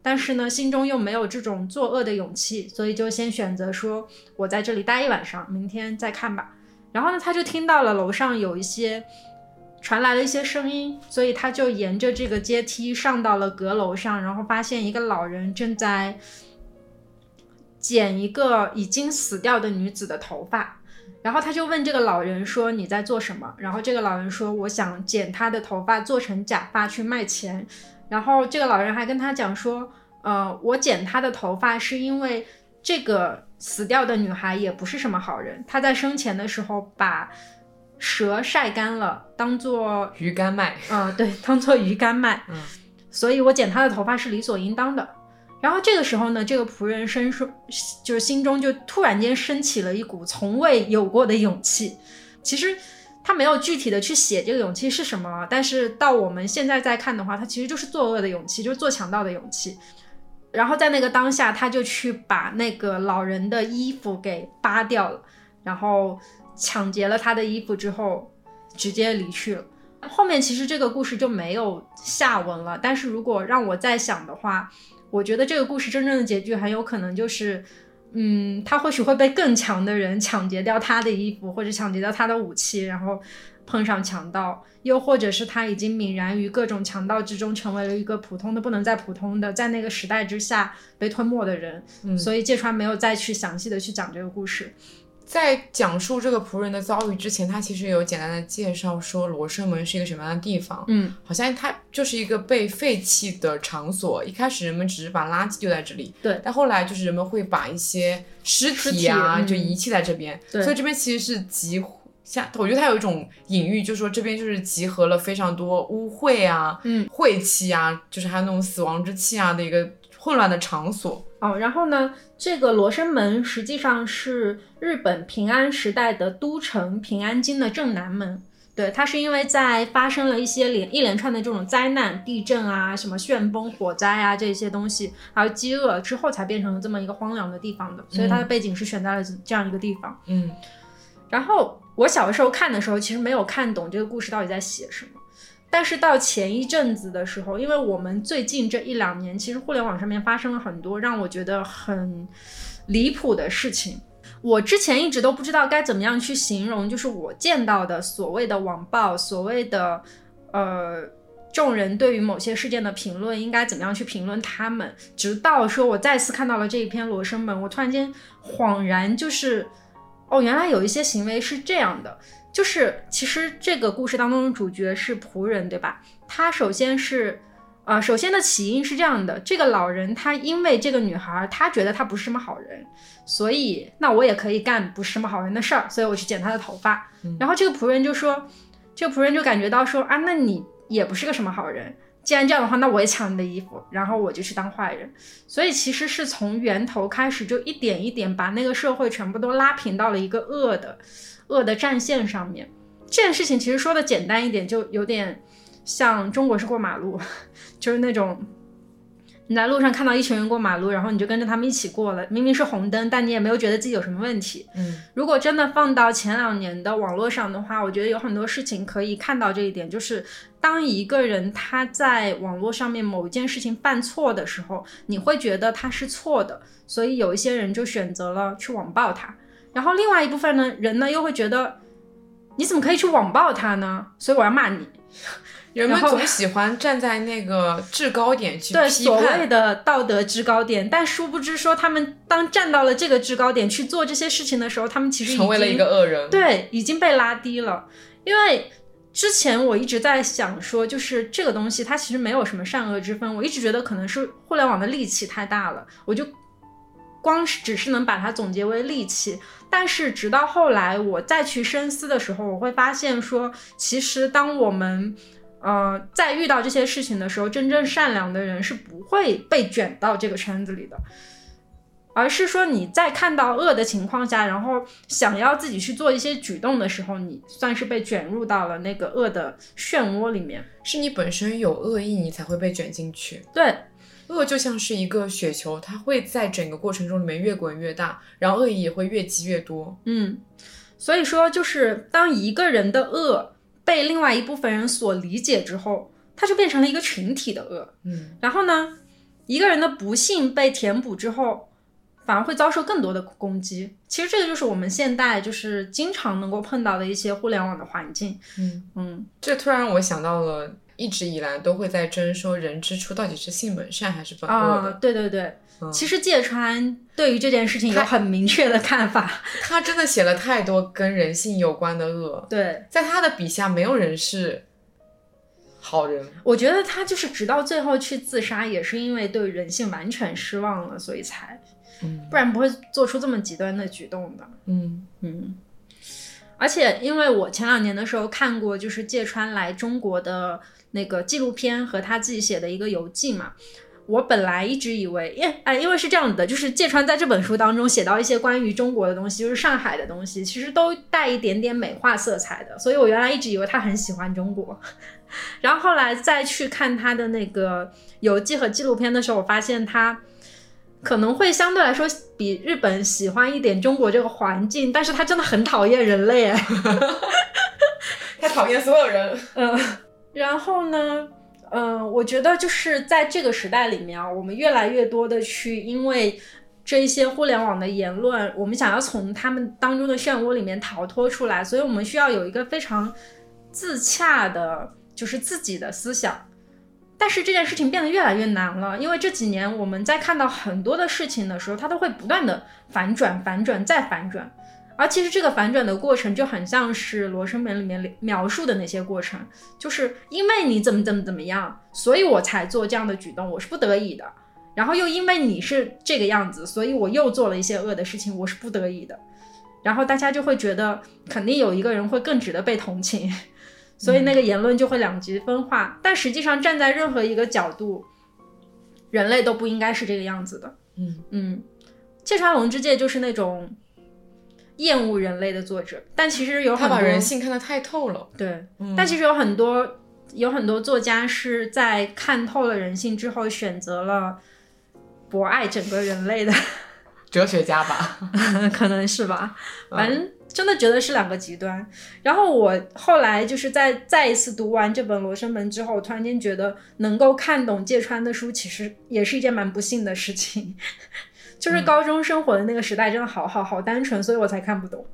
但是呢心中又没有这种作恶的勇气，所以就先选择说我在这里待一晚上，明天再看吧。然后呢他就听到了楼上有一些传来了一些声音，所以他就沿着这个阶梯上到了阁楼上，然后发现一个老人正在剪一个已经死掉的女子的头发。然后他就问这个老人说你在做什么，然后这个老人说我想剪她的头发做成假发去卖钱。然后这个老人还跟他讲说呃，我剪她的头发是因为这个死掉的女孩也不是什么好人，她在生前的时候把蛇晒干了当做鱼干卖， 呃，对，当做鱼干卖、嗯、所以我剪她的头发是理所应当的。然后这个时候呢这个仆人身就是心中就突然间升起了一股从未有过的勇气。其实他没有具体的去写这个勇气是什么，但是到我们现在再看的话，他其实就是作恶的勇气，就是做强盗的勇气。然后在那个当下他就去把那个老人的衣服给扒掉了，然后抢劫了他的衣服之后直接离去了。后面其实这个故事就没有下文了，但是如果让我再想的话，我觉得这个故事真正的结局很有可能就是嗯，他或许会被更强的人抢劫掉他的衣服，或者抢劫掉他的武器，然后碰上强盗，又或者是他已经泯然于各种强盗之中，成为了一个普通的不能再普通的在那个时代之下被吞没的人、嗯、所以芥川没有再去详细的去讲这个故事。 在讲述这个仆人的遭遇之前，他其实有简单的介绍说罗生门是一个什么样的地方。 嗯， 好像它就是一个被废弃的场所，一开始人们只是把垃圾丢在这里， 对， 但后来就是人们会把一些尸体啊体、嗯、 就遗弃在这边，所以这边其实是集像我觉得它有一种隐喻，就是说这边就是集合了非常多污秽啊、 嗯、 晦气啊，就是还有那种死亡之气啊的一个混乱的场所。 哦，然后呢这个罗生门实际上是日本平安时代的都城平安京的正南门。对，它是因为在发生了一些连一连串的这种灾难，地震啊、什么旋风、火灾啊这些东西，还有饥饿之后才变成了这么一个荒凉的地方的，所以它的背景是选在了这样一个地方。 嗯， 然后我小的时候看的时候其实没有看懂这个故事到底在写什么，但是到前一阵子的时候，因为我们最近这一两年其实互联网上面发生了很多让我觉得很离谱的事情，我之前一直都不知道该怎么样去形容，就是我见到的所谓的网暴，所谓的呃众人对于某些事件的评论应该怎么样去评论他们，直到说我再次看到了这一篇罗生门，我突然间恍然，就是哦，原来有一些行为是这样的。就是其实这个故事当中的主角是仆人，对吧？他首先是呃，首先的起因是这样的，这个老人他因为这个女孩他觉得他不是什么好人，所以那我也可以干不是什么好人的事儿，所以我去剪他的头发、嗯、然后这个仆人就说这个仆人就感觉到说啊，那你也不是个什么好人，既然这样的话那我也抢你的衣服，然后我就去当坏人。所以其实是从源头开始就一点一点把那个社会全部都拉平到了一个恶的恶的战线上面。这件事情其实说的简单一点，就有点像中国式过马路，就是那种你在路上看到一群人过马路，然后你就跟着他们一起过了，明明是红灯，但你也没有觉得自己有什么问题。 嗯， 如果真的放到前两年的网络上的话，我觉得有很多事情可以看到这一点，就是当一个人他在网络上面某一件事情犯错的时候，你会觉得他是错的，所以有一些人就选择了去网暴他，然后另外一部分呢人呢又会觉得你怎么可以去网暴他呢，所以我要骂你。 人们总喜欢站在那个制高点去批判， 对，所谓的道德制高点，但殊不知说他们当站到了这个制高点去做这些事情的时候，他们其实已经成为了一个恶人， 对，已经被拉低了。因为之前我一直在想说，就是这个东西它其实没有什么善恶之分，我一直觉得可能是互联网的戾气太大了，我就光只是能把它总结为戾气。但是直到后来我再去深思的时候，我会发现说其实当我们呃，在遇到这些事情的时候，真正善良的人是不会被卷到这个圈子里的，而是说你在看到恶的情况下，然后想要自己去做一些举动的时候，你算是被卷入到了那个恶的漩涡里面， 是你本身有恶意你才会被卷进去。 对， 恶就像是一个雪球，它会在整个过程中里面越滚越大，然后恶意也会越积越多。 嗯，所以说就是当一个人的恶被另外一部分人所理解之后，它就变成了一个群体的恶。 嗯， 然后呢一个人的不幸被填补之后，反而会遭受更多的攻击。其实这个就是我们现代就是经常能够碰到的一些互联网的环境。 嗯嗯， 这突然让我想到了，一直以来都会在争说人之初到底是性本善还是本恶的。 啊，对对对。 嗯、 其实芥川对于这件事情有很明确的看法， 他真的写了太多跟人性有关的恶。 对， 在他的笔下没有人是好人。 我觉得他就是直到最后去自杀也是因为对人性完全失望了，所以才、嗯、不然不会做出这么极端的举动的。 嗯嗯，而且因为我前两年的时候看过就是芥川来中国的那个纪录片和他自己写的一个游记嘛，我本来一直以为，因哎，因为是这样的，就是芥川在这本书当中写到一些关于中国的东西，就是上海的东西，其实都带一点点美化色彩的，所以我原来一直以为他很喜欢中国。然后后来再去看他的那个游记和纪录片的时候，我发现他可能会相对来说比日本喜欢一点中国这个环境，但是他真的很讨厌人类哎， 他讨厌所有人。 嗯，然后呢？嗯，我觉得就是在这个时代里面啊，我们越来越多的去因为这一些互联网的言论，我们想要从他们当中的漩涡里面逃脱出来，所以我们需要有一个非常自洽的就是自己的思想。但是这件事情变得越来越难了，因为这几年我们在看到很多的事情的时候，它都会不断的反转反转再反转，而其实这个反转的过程就很像是罗生门里面描述的那些过程，就是因为你怎么怎么怎么样，所以我才做这样的举动，我是不得已的，然后又因为你是这个样子，所以我又做了一些恶的事情，我是不得已的，然后大家就会觉得肯定有一个人会更值得被同情，所以那个言论就会两极分化、嗯、但实际上站在任何一个角度，人类都不应该是这个样子的。 嗯嗯，芥川龙之介就是那种厌恶人类的作者，但其实有很多他把人性看得太透了。 对、 嗯、 但其实有很多有很多作家是在看透了人性之后选择了博爱整个人类的哲学家吧可能是吧，反正真的觉得是两个极端、嗯、然后我后来就是在再一次读完这本罗生门之后，我突然间觉得能够看懂芥川的书其实也是一件蛮不幸的事情就是高中生活的那个时代真的好好好单纯，所以我才看不懂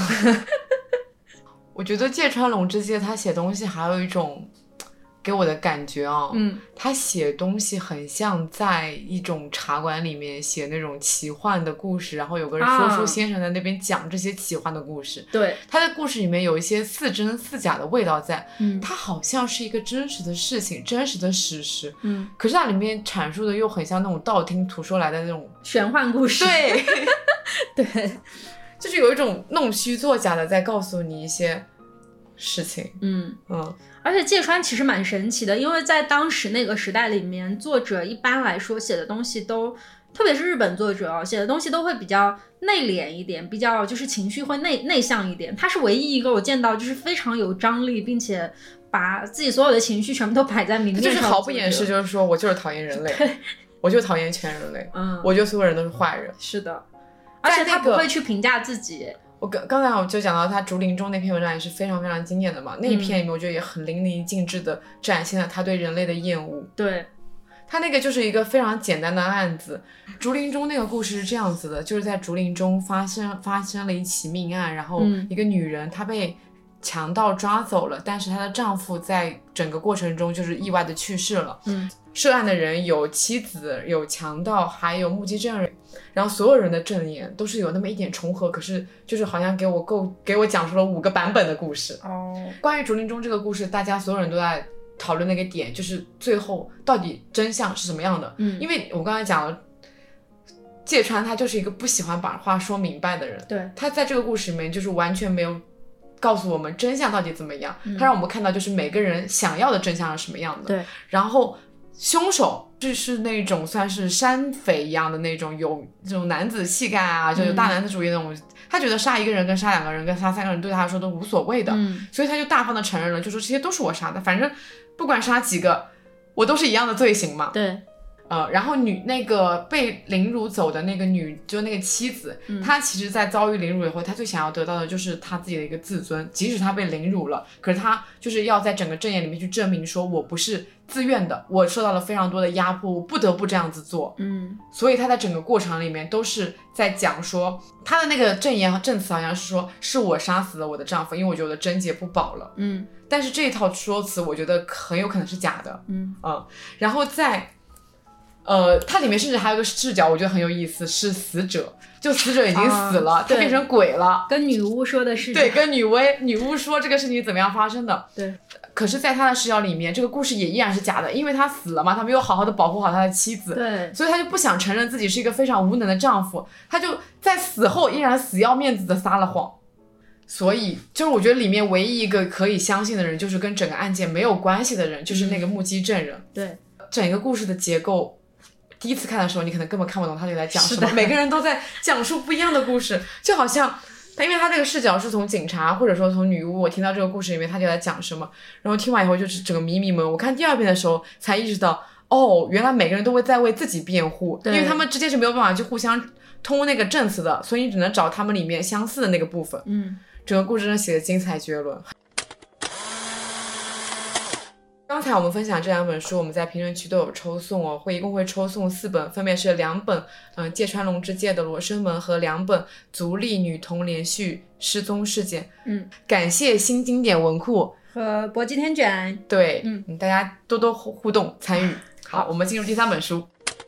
我觉得芥川龙之介他写东西还有一种给我的感觉啊、哦， 嗯， 他写东西很像在一种茶馆里面写那种奇幻的故事，然后有个说书先生在那边讲这些奇幻的故事。 对， 他的故事里面有一些似真似假的味道在， 嗯， 它好像是一个真实的事情，真实的史实， 嗯， 可是它里面阐述的又很像那种道听途说来的那种玄幻故事。 对对， 就是有一种弄虚作假的在告诉你一些事情。 嗯嗯， 而且芥川其实蛮神奇的，因为在当时那个时代里面，作者一般来说写的东西都，特别是日本作者、哦、写的东西都会比较内敛一点，比较就是情绪会内内向一点。他是唯一一个我见到就是非常有张力，并且把自己所有的情绪全部都摆在明面上， 就是毫不掩饰，就是说我就是讨厌人类我就讨厌全人类， 嗯， 我觉得所有人都是坏人。 是的，而且他不会去评价自己。 我刚刚才我就讲到他竹林中那篇文章也是非常非常经典的嘛，那一篇里面我觉得也很淋漓尽致的展现了他对人类的厌恶。 对， 他那个就是一个非常简单的案子。竹林中那个故事是这样子的，就是在竹林中发生发生了一起命案，然后一个女人她被强盗抓走了，但是她的丈夫在整个过程中就是意外的去世了。 嗯， 涉案的人有妻子，有强盗，还有目击证人，然后所有人的证言都是有那么一点重合，可是就是好像给我够给我讲述了五个版本的故事。 哦， 关于竹林中这个故事，大家所有人都在讨论那个点，就是最后到底真相是什么样的。 嗯， 因为我刚才讲了，芥川他就是一个不喜欢把话说明白的人。 对， 他在这个故事里面就是完全没有告诉我们真相到底怎么样， 嗯， 他让我们看到就是每个人想要的真相是什么样的。 对， 然后凶手就是那种算是山匪一样的那种，有这种男子气概啊，就有大男子主义那种，嗯，他觉得杀一个人跟杀两个人跟杀三个人对他来说都无所谓的， 嗯，所以他就大方的承认了，就说这些都是我杀的，反正不管杀几个我都是一样的罪行嘛。 对， 呃，然后女那个被凌辱走的那个女，就那个妻子，嗯、她其实在遭遇凌辱以后，她最想要得到的就是她自己的一个自尊，即使她被凌辱了，可是她就是要在整个正言里面去证明说我不是自愿的，我受到了非常多的压迫，我不得不这样子做。 嗯， 所以她在整个过程里面都是在讲说，她的那个证言证词好像是说是我杀死了我的丈夫，因为我觉得我的贞洁不保了。 嗯， 但是这一套说辞我觉得很有可能是假的。 嗯嗯，然后在呃，它里面甚至还有个视角，我觉得很有意思，是死者，就死者已经死了， 啊、 他变成鬼了， 跟女巫说的是， 对，跟女巫女巫说这个事情怎么样发生的， 对。 可是，在他的视角里面，这个故事也依然是假的，因为他死了嘛，他没有好好的保护好他的妻子， 对， 所以他就不想承认自己是一个非常无能的丈夫，他就在死后依然死要面子的撒了谎。所以就是我觉得里面唯一一个可以相信的人，就是跟整个案件没有关系的人，就是那个目击证人。 嗯、对， 整个故事的结构。第一次看的时候，你可能根本看不懂他就在讲什么，每个人都在讲述不一样的故事，就好像他，因为他这个视角是从警察或者说从女巫，我听到这个故事里面他就在讲什么，然后听完以后就是整个迷迷蒙。我看第二遍的时候才意识到，哦，原来每个人都会在为自己辩护，因为他们之间是没有办法去互相通那个证词的，所以你只能找他们里面相似的那个部分。 嗯， 整个故事真的写的精彩绝伦。刚才我们分享这两本书，我们在评论区都有抽送哦，会一共会抽送四本，分别是两本嗯、呃、芥川龙之介的《罗生门》和两本足利女童连续失踪事件。 嗯， 感谢新经典文库和博吉天卷。 对， 嗯， 大家多多互动参与。 好， 好，我们进入第三本书。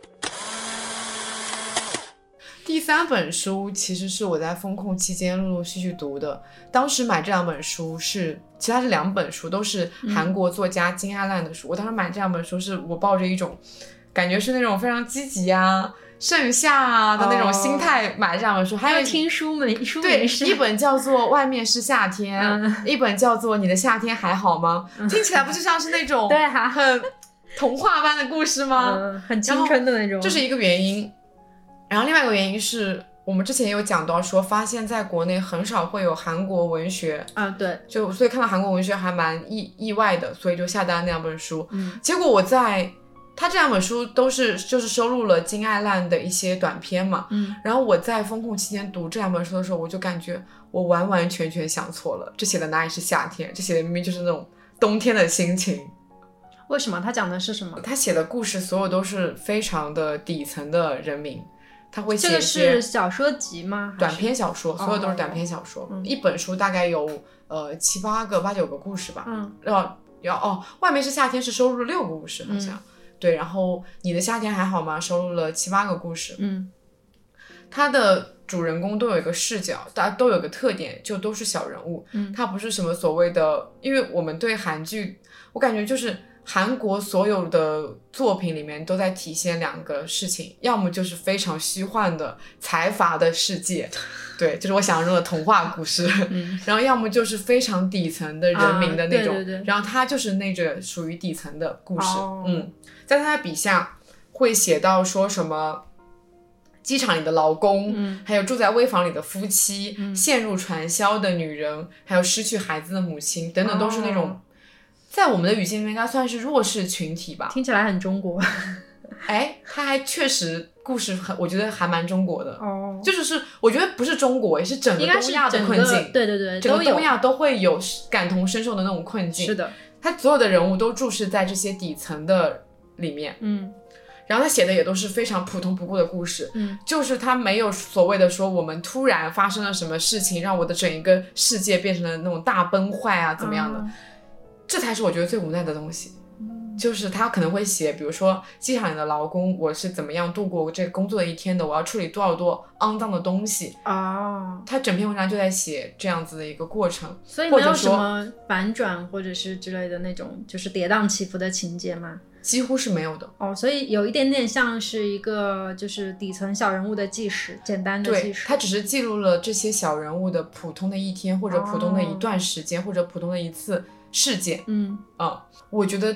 第三本书其实是我在封控期间陆陆续续读的，当时买这两本书是，其实它是两本书，都是韩国作家金爱烂的书、嗯、我当时买这两本书是我抱着一种感觉是那种非常积极啊盛夏啊的那种心态买这两本书、哦、还有听书名书名对，一本叫做外面是夏天、嗯、一本叫做你的夏天还好吗、嗯、听起来不就像是那种对哈很童话般的故事吗、 嗯、很青春的那种， 这是一个原因。然后另外一个原因是我们之前也有讲到说，发现在国内很少会有韩国文学啊，对， 就所以看到韩国文学还蛮意意外的，所以就下单那两本书。 嗯， 结果我在他这两本书都是就是收录了金爱烂的一些短篇嘛， 嗯， 然后我在封控期间读这两本书的时候，我就感觉我完完全全想错了，这写的哪里是夏天，这写的明明就是那种冬天的心情。 为什么？他讲的是什么？ 他写的故事所有都是非常的底层的人民。他会写这个是小说集吗？ 短篇小说，所有都是短篇小说。 哦、 一本书大概有呃七八个、八九个故事吧。 嗯， 要要哦，外面是夏天是收录了六个故事，好像、嗯、对。然后你的夏天还好吗？收录了七八个故事。 嗯， 他的主人公都有一个视角，大家都有个特点，就都是小人物。 嗯， 他不是什么所谓的，因为我们对韩剧，我感觉就是。韩国所有的作品里面都在体现两个事情，要么就是非常虚幻的财阀的世界，对，就是我想象中的童话故事、 嗯、 然后要么就是非常底层的人民的那种、 啊、对对对， 然后他就是那个属于底层的故事、 哦、 嗯，在他的笔下会写到说什么机场里的劳工、 嗯、 还有住在危房里的夫妻、 嗯、 陷入传销的女人，还有失去孩子的母亲等等，都是那种、哦，在我们的语境里面应该算是弱势群体吧， 听起来很中国。 哎，他还确实故事很，我觉得还蛮中国的。 哦， 就是是，我觉得不是中国，也是整个东亚的困境。 对对对， 整个东亚都会有感同身受的那种困境。 是的， 他所有的人物都注视在这些底层的里面。 嗯， 然后他写的也都是非常普通不过的故事。 嗯， 就是他没有所谓的说我们突然发生了什么事情，让我的整一个世界变成了那种大崩坏啊，怎么样的。嗯，这才是我觉得最无奈的东西、嗯、就是他可能会写比如说机场里的劳工，我是怎么样度过这个工作的一天的，我要处理多少多肮脏的东西啊、哦， 他整篇文章就在写这样子的一个过程。 所以没有什么反转或者是之类的那种就是跌宕起伏的情节吗？ 几乎是没有的。 哦，所以有一点点像是一个就是底层小人物的纪实，简单的纪实。 对，他只是记录了这些小人物的普通的一天，或者普通的一段时间、哦、或者普通的一次事件。 嗯嗯，我觉得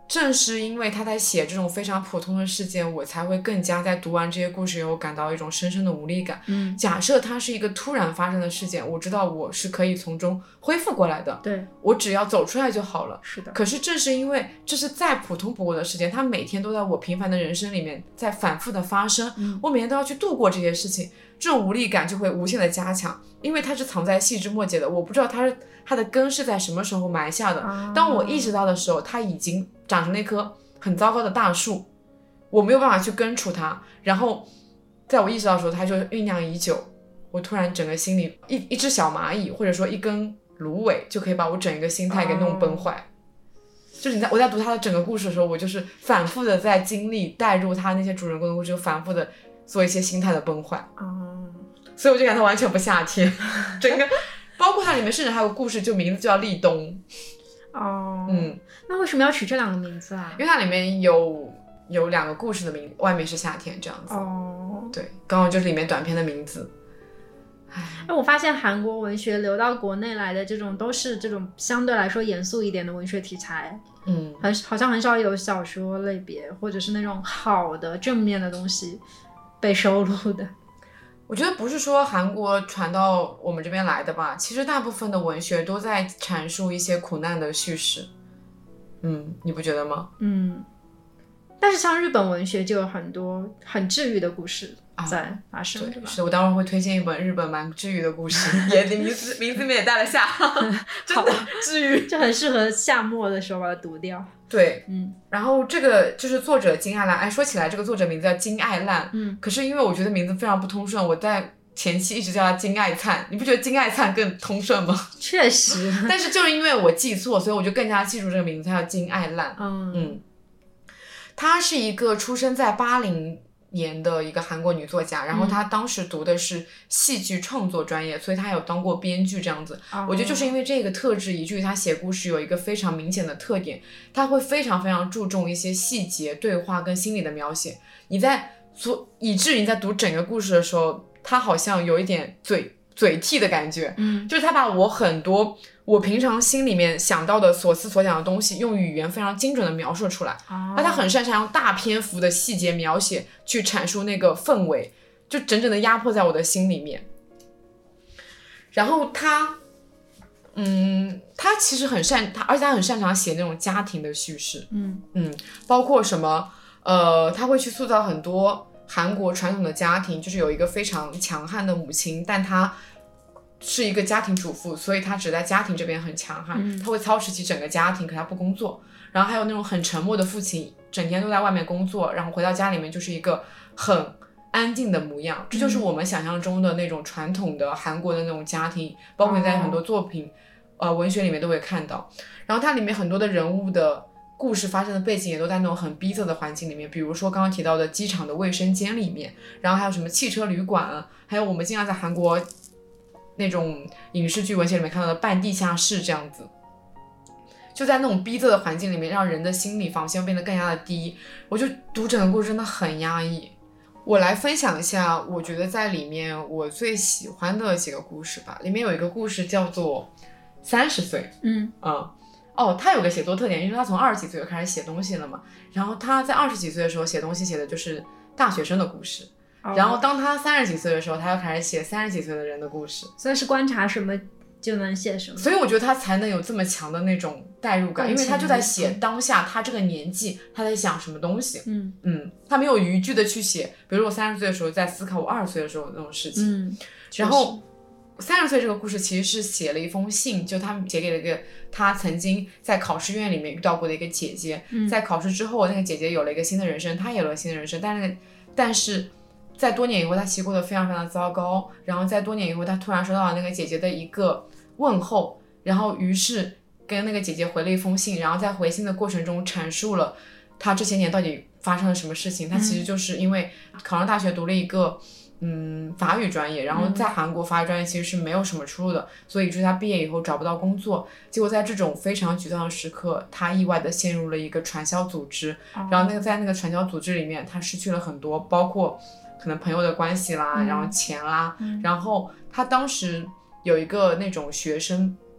正是因为他在写这种非常普通的事件，我才会更加在读完这些故事以后感到一种深深的无力感。 嗯， 假设它是一个突然发生的事件，我知道我是可以从中恢复过来的， 对， 我只要走出来就好了。 是的。 可是正是因为这是再普通不过的事件，它每天都在我平凡的人生里面在反复的发生、嗯、我每天都要去度过这些事情，这种无力感就会无限的加强，因为它是藏在细枝末节的，我不知道它它的根是在什么时候埋下的、啊、当我意识到的时候，它已经长成那棵很糟糕的大树，我没有办法去根除它，然后在我意识到的时候它就酝酿已久，我突然整个心里 一, 一只小蚂蚁或者说一根芦苇就可以把我整一个心态给弄崩坏、哦、就是你在我在读他的整个故事的时候，我就是反复的在经历带入他那些主人公的故事，就反复的做一些心态的崩坏、哦、所以我就感觉他完全不夏天整个包括它里面甚至还有故事就名字就叫立冬。 哦， 嗯， 那为什么要取这两个名字啊？ 因为它里面有有两个故事的名字，外面是夏天这样子。哦，对，刚好就是里面短片的名字。 哎，我发现韩国文学流到国内来的这种都是这种相对来说严肃一点的文学题材，嗯，很好像很少有小说类别或者是那种好的正面的东西被收录的。 我觉得不是说韩国传到我们这边来的吧，其实大部分的文学都在阐述一些苦难的叙事。嗯，你不觉得吗？ 嗯，但是像日本文学就有很多很治愈的故事在发生、啊、对吧？ 是的，我待会儿会推荐一本日本蛮治愈的故事也名字名字里面也带了夏真的治愈， 就很适合夏末的时候把它读掉。 对，嗯，然后这个就是作者金爱烂，哎，说起来这个作者名字叫金爱烂，嗯，可是因为我觉得名字非常不通顺，我在前期一直叫他金爱灿，你不觉得金爱灿更通顺吗？ 确实， 但是就是因为我记错，所以我就更加记住这个名字，他叫金爱烂。嗯嗯，她是一个出生在八零年的一个韩国女作家，然后她当时读的是戏剧创作专业、嗯、所以她有当过编剧这样子、哦、我觉得就是因为这个特质，以至于她写故事有一个非常明显的特点，她会非常非常注重一些细节对话跟心理的描写，你在所以至于你在读整个故事的时候，她好像有一点嘴嘴替的感觉，嗯，就是她把我很多我平常心里面想到的所思所想的东西用语言非常精准的描述出来，那、oh. 他很擅长用大篇幅的细节描写去阐述那个氛围，就整整的压迫在我的心里面。然后他嗯他其实很擅他而且他很擅长写那种家庭的叙事，嗯嗯，包括什么呃他会去塑造很多韩国传统的家庭，就是有一个非常强悍的母亲，但他是一个家庭主妇，所以她只在家庭这边很强悍、嗯、她会操持起整个家庭，可她不工作。然后还有那种很沉默的父亲，整天都在外面工作，然后回到家里面就是一个很安静的模样，这就是我们想象中的那种传统的韩国的那种家庭，包括在很多作品、哦、呃文学里面都会看到。然后它里面很多的人物的故事发生的背景也都在那种很逼仄的环境里面，比如说刚刚提到的机场的卫生间里面，然后还有什么汽车旅馆，还有我们经常在韩国那种影视剧文学里面看到的半地下室，这样子就在那种逼仄的环境里面，让人的心理防线变得更加的低。我就读整个故事真的很压抑。我来分享一下我觉得在里面我最喜欢的几个故事吧。里面有一个故事叫做三十岁，嗯嗯哦，他有个写作特点，因为他从二十几岁就开始写东西了嘛，然后他在二十几岁的时候写东西写的就是大学生的故事，然后当他三十几岁的时候，他又开始写三十几岁的人的故事， 所以是观察什么就能写什么， 所以我觉得他才能有这么强的那种代入感，因为他就在写当下他这个年纪他在想什么东西，嗯嗯，他没有逾矩的去写，比如我三十岁的时候在思考我二十岁的时候那种事情，嗯，然后三十岁这个故事其实是写了一封信，就他写给了一个他曾经在考试院里面遇到过的一个姐姐，嗯，在考试之后那个姐姐有了一个新的人生，他也有了新的人生，但是但是在多年以后他其实过得非常非常的糟糕，然后在多年以后他突然收到了那个姐姐的一个问候，然后于是跟那个姐姐回了一封信，然后在回信的过程中阐述了他这些年到底发生了什么事情。他其实就是因为考上大学读了一个嗯法语专业，然后在韩国法语专业其实是没有什么出路的，所以就是他毕业以后找不到工作，结果在这种非常沮丧的时刻他意外的陷入了一个传销组织，然后那个在那个传销组织里面他失去了很多，包括可能朋友的关系啦、嗯、然后钱啦、嗯、然后他当时有一个那种学生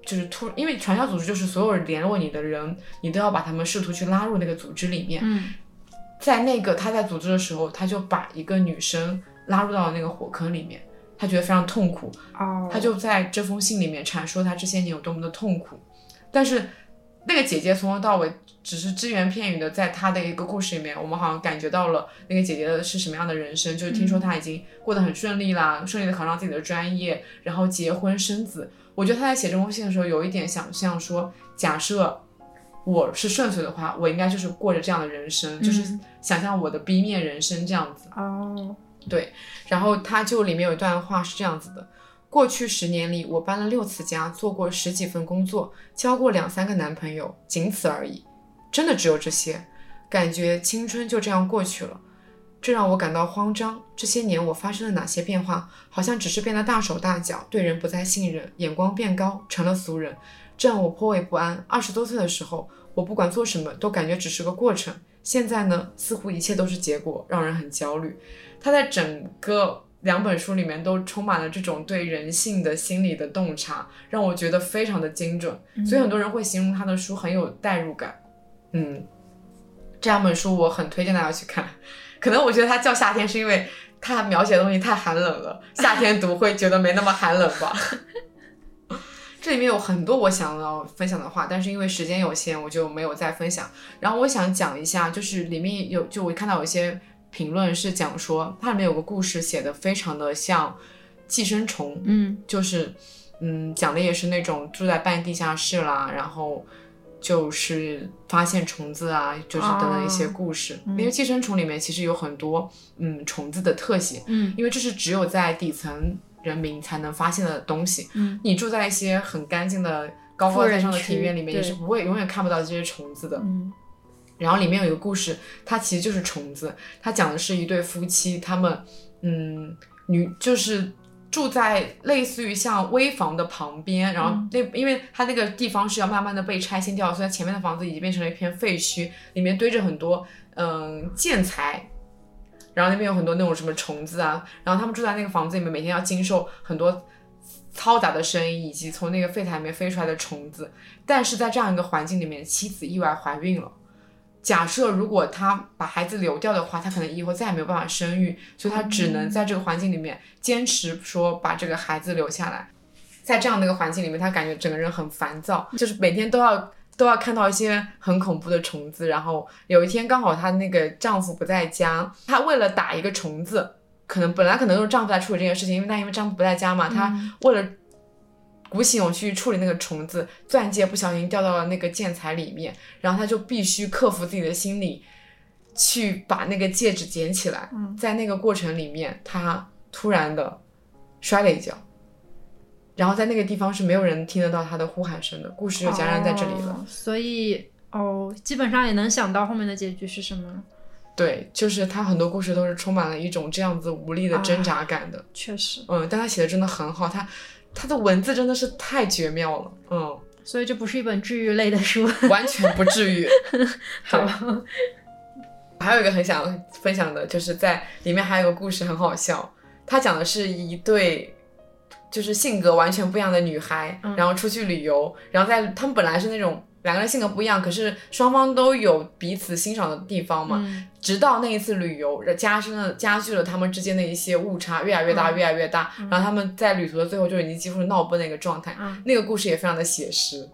就是突，因为传销组织就是所有联络你的人，你都要把他们试图去拉入那个组织里面。 嗯， 在那个他在组织的时候，他就把一个女生拉入到了那个火坑里面，他觉得非常痛苦。 哦， 他就在这封信里面阐述他这些年有多么的痛苦，但是那个姐姐从头到尾只是只言片语的在她的一个故事里面，我们好像感觉到了那个姐姐的是什么样的人生，就是听说她已经过得很顺利啦，嗯、顺利的考上自己的专业，然后结婚生子。我觉得她在写这封信的时候有一点想象说，假设我是顺遂的话，我应该就是过着这样的人生，嗯、就是想象我的 B 面人生这样子。 哦， 对，然后她就里面有一段话是这样子的。过去十年里，我搬了六次家，做过十几份工作，交过两三个男朋友，仅此而已。真的只有这些，感觉青春就这样过去了。这让我感到慌张。这些年我发生了哪些变化？好像只是变得大手大脚，对人不再信任，眼光变高，成了俗人。这让我颇为不安。二十多岁的时候，我不管做什么都感觉只是个过程。现在呢，似乎一切都是结果，让人很焦虑。他在整个两本书里面都充满了这种对人性的心理的洞察，让我觉得非常的精准。所以很多人会形容他的书很有代入感。嗯，这两本书我很推荐大家去看。可能我觉得它叫夏天是因为它描写的东西太寒冷了，夏天读会觉得没那么寒冷吧。这里面有很多我想要分享的话，但是因为时间有限我就没有再分享。然后我想讲一下，就是里面有就我看到有一些评论是讲说它里面有个故事写的非常的像寄生虫， 嗯， 就是嗯讲的也是那种住在半地下室啦，然后就是发现虫子啊，就是等等一些故事、哦嗯、因为寄生虫里面其实有很多嗯虫子的特写， 嗯， 因为这是只有在底层人民才能发现的东西， 嗯， 你住在一些很干净的高高在上的庭院里面，你是不会永远看不到这些虫子的， 嗯。 然后里面有一个故事，它其实就是虫子，它讲的是一对夫妻，他们嗯女就是住在类似于像危房的旁边，然后那、嗯、因为它那个地方是要慢慢的被拆迁掉，所以它前面的房子已经变成了一片废墟，里面堆着很多嗯建材，然后那边有很多那种什么虫子啊，然后他们住在那个房子里面，每天要经受很多嘈杂的声音以及从那个废材里面飞出来的虫子，但是在这样一个环境里面，妻子意外怀孕了。假设如果他把孩子流掉的话，他可能以后再也没有办法生育，所以他只能在这个环境里面坚持说把这个孩子留下来。在这样的一个环境里面，他感觉整个人很烦躁，就是每天都要都要看到一些很恐怖的虫子。然后有一天刚好她那个丈夫不在家，她为了打一个虫子，可能本来可能都是丈夫在处理这件事情，因为但因为丈夫不在家嘛，她为了鼓起勇气处理那个虫子，钻戒不小心掉到了那个建材里面，然后他就必须克服自己的心理去把那个戒指捡起来、嗯、在那个过程里面他突然的摔了一跤，然后在那个地方是没有人听得到他的呼喊声的，故事就戛然在这里了、 哦、所以哦，基本上也能想到后面的结局是什么。 对，就是他很多故事都是充满了一种这样子无力的挣扎感的、啊、 确实， 嗯，但他写的真的很好，他他的文字真的是太绝妙了，嗯， 所以这不是一本治愈类的书， 完全不治愈。 好， 还有一个很想分享的，就是在里面还有个故事很好笑，他讲的是一对就是性格完全不一样的女孩、嗯、然后出去旅游，然后在他们本来是那种两个人性格不一样，可是双方都有彼此欣赏的地方嘛、嗯、直到那一次旅游加深了加剧了他们之间的一些误差越来越大、嗯、越来越大、嗯、然后他们在旅途的最后就已经几乎是闹崩的一个状态、嗯、那个故事也非常的写实。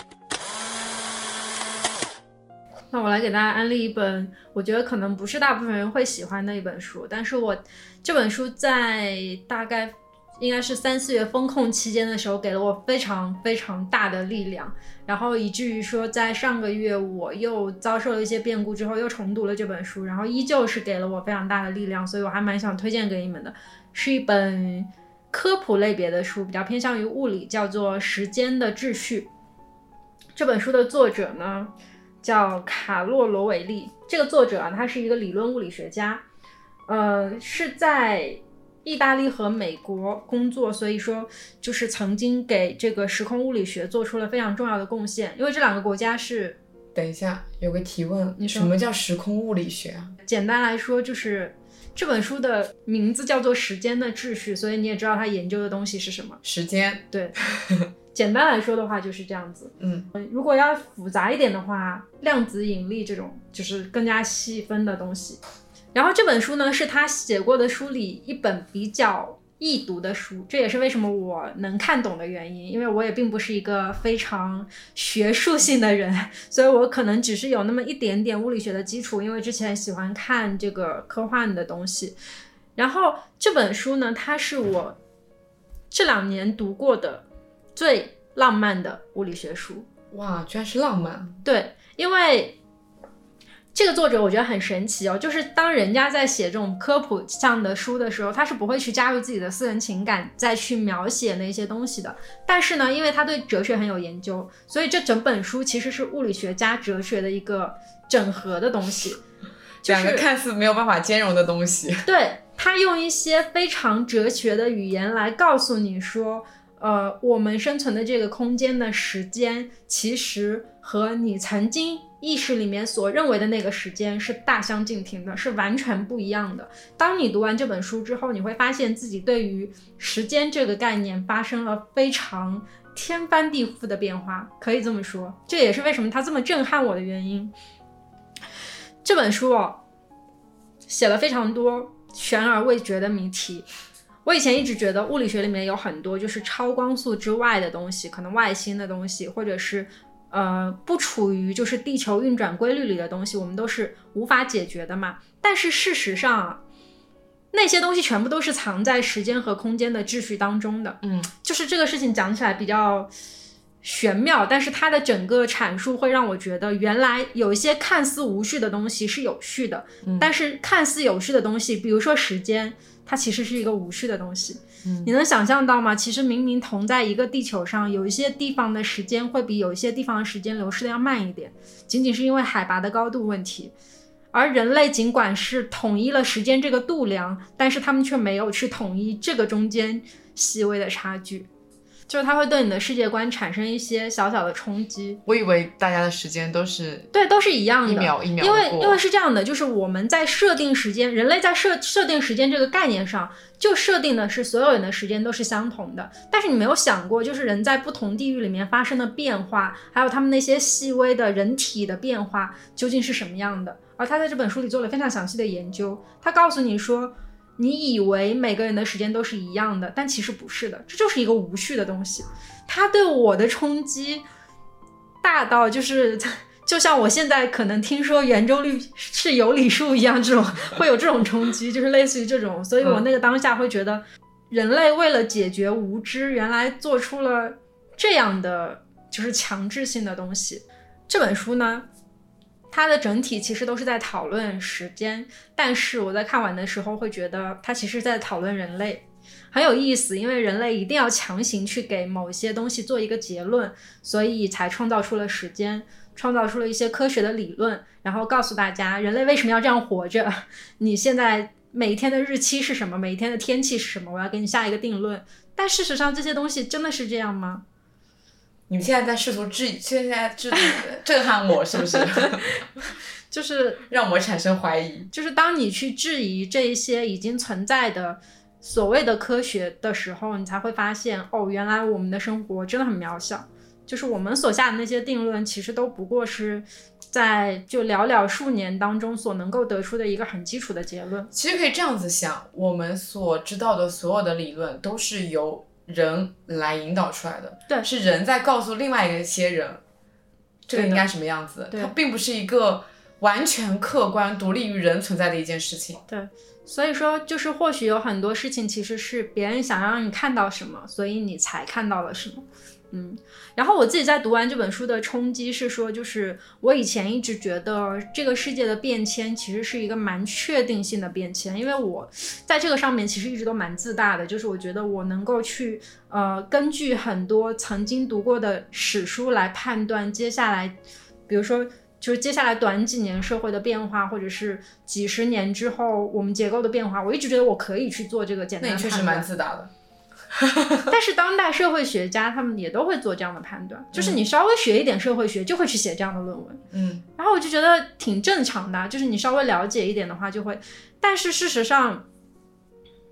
那我来给大家安利一本我觉得可能不是大部分人会喜欢的一本书，但是我这本书在大概应该是三四月封控期间的时候给了我非常非常大的力量，然后以至于说在上个月我又遭受了一些变故之后又重读了这本书，然后依旧是给了我非常大的力量，所以我还蛮想推荐给你们的。是一本科普类别的书，比较偏向于物理，叫做《时间的秩序》。这本书的作者呢叫卡洛罗维利，这个作者啊他是一个理论物理学家，呃是在意大利和美国工作，所以说就是曾经给这个时空物理学做出了非常重要的贡献。因为这两个国家是， 等一下有个提问，你什么叫时空物理学啊？ 简单来说就是这本书的名字叫做时间的秩序，所以你也知道它研究的东西是什么， 时间。 对， 简单来说的话就是这样子。 嗯， 如果要复杂一点的话，量子引力这种就是更加细分的东西。然后这本书呢是他写过的书里一本比较易读的书，这也是为什么我能看懂的原因，因为我也并不是一个非常学术性的人，所以我可能只是有那么一点点物理学的基础，因为之前喜欢看这个科幻的东西。然后这本书呢，它是我这两年读过的最浪漫的物理学书。 哇，居然是浪漫。 对，因为这个作者我觉得很神奇哦，就是当人家在写这种科普向的书的时候，他是不会去加入自己的私人情感再去描写那些东西的。但是呢，因为他对哲学很有研究，所以这整本书其实是物理学加哲学的一个整合的东西， 两个看似没有办法兼容的东西。 对，他用一些非常哲学的语言来告诉你说呃，我们生存的这个空间的时间其实和你曾经意识里面所认为的那个时间是大相径庭的，是完全不一样的。当你读完这本书之后，你会发现自己对于时间这个概念发生了非常天翻地覆的变化，可以这么说。这也是为什么它这么震撼我的原因。这本书哦，写了非常多悬而未决的谜题。我以前一直觉得物理学里面有很多就是超光速之外的东西，可能外星的东西，或者是呃不处于就是地球运转规律里的东西，我们都是无法解决的嘛。但是事实上啊，那些东西全部都是藏在时间和空间的秩序当中的。 嗯， 就是这个事情讲起来比较玄妙，但是它的整个阐述会让我觉得原来有一些看似无序的东西是有序的、嗯、但是看似有序的东西，比如说时间，它其实是一个无序的东西、嗯、你能想象到吗？其实明明同在一个地球上，有一些地方的时间会比有一些地方的时间流逝的要慢一点，仅仅是因为海拔的高度问题。而人类尽管是统一了时间这个度量，但是他们却没有去统一这个中间细微的差距，就是它会对你的世界观产生一些小小的冲击。 我以为大家的时间都是对，都是一样的， 一秒一秒因为因为是这样的，就是我们在设定时间，人类在设设定时间这个概念上，就设定的是所有人的时间都是相同的。但是你没有想过，就是人在不同地域里面发生的变化，还有他们那些细微的人体的变化究竟是什么样的。而他在这本书里做了非常详细的研究，他告诉你说，你以为每个人的时间都是一样的，但其实不是的，这就是一个无序的东西。它对我的冲击大到就是就像我现在可能听说圆周率是有理数一样，这种会有这种冲击，就是类似于这种。所以我那个当下会觉得人类为了解决无知，原来做出了这样的就是强制性的东西。这本书呢，它的整体其实都是在讨论时间，但是我在看完的时候会觉得它其实在讨论人类，很有意思。因为人类一定要强行去给某些东西做一个结论，所以才创造出了时间，创造出了一些科学的理论，然后告诉大家人类为什么要这样活着，你现在每一天的日期是什么，每一天的天气是什么，我要给你下一个定论。但事实上这些东西真的是这样吗？ 你们现在在试图质疑，现在制度震撼我，是不是？ 就是让我产生怀疑。 就是当你去质疑这一些已经存在的所谓的科学的时候，你才会发现，哦，原来我们的生活真的很渺小。就是我们所下的那些定论，其实都不过是在就寥寥数年当中所能够得出的一个很基础的结论。 其实可以这样子想，我们所知道的所有的理论都是由人来引导出来的， 对， 是人在告诉另外一些人这个应该什么样子，它并不是一个完全客观独立于人存在的一件事情。 对，所以说就是或许有很多事情其实是别人想让你看到什么，所以你才看到了什么。嗯，然后我自己在读完这本书的冲击是说，就是我以前一直觉得这个世界的变迁其实是一个蛮确定性的变迁，因为我在这个上面其实一直都蛮自大的，就是我觉得我能够去呃根据很多曾经读过的史书来判断接下来，比如说就是接下来短几年社会的变化，或者是几十年之后我们结构的变化，我一直觉得我可以去做这个简单的判断。 那你确实蛮自大的。 但是当代社会学家他们也都会做这样的判断，就是你稍微学一点社会学就会去写这样的论文。 嗯， 然后我就觉得挺正常的，就是你稍微了解一点的话就会。但是事实上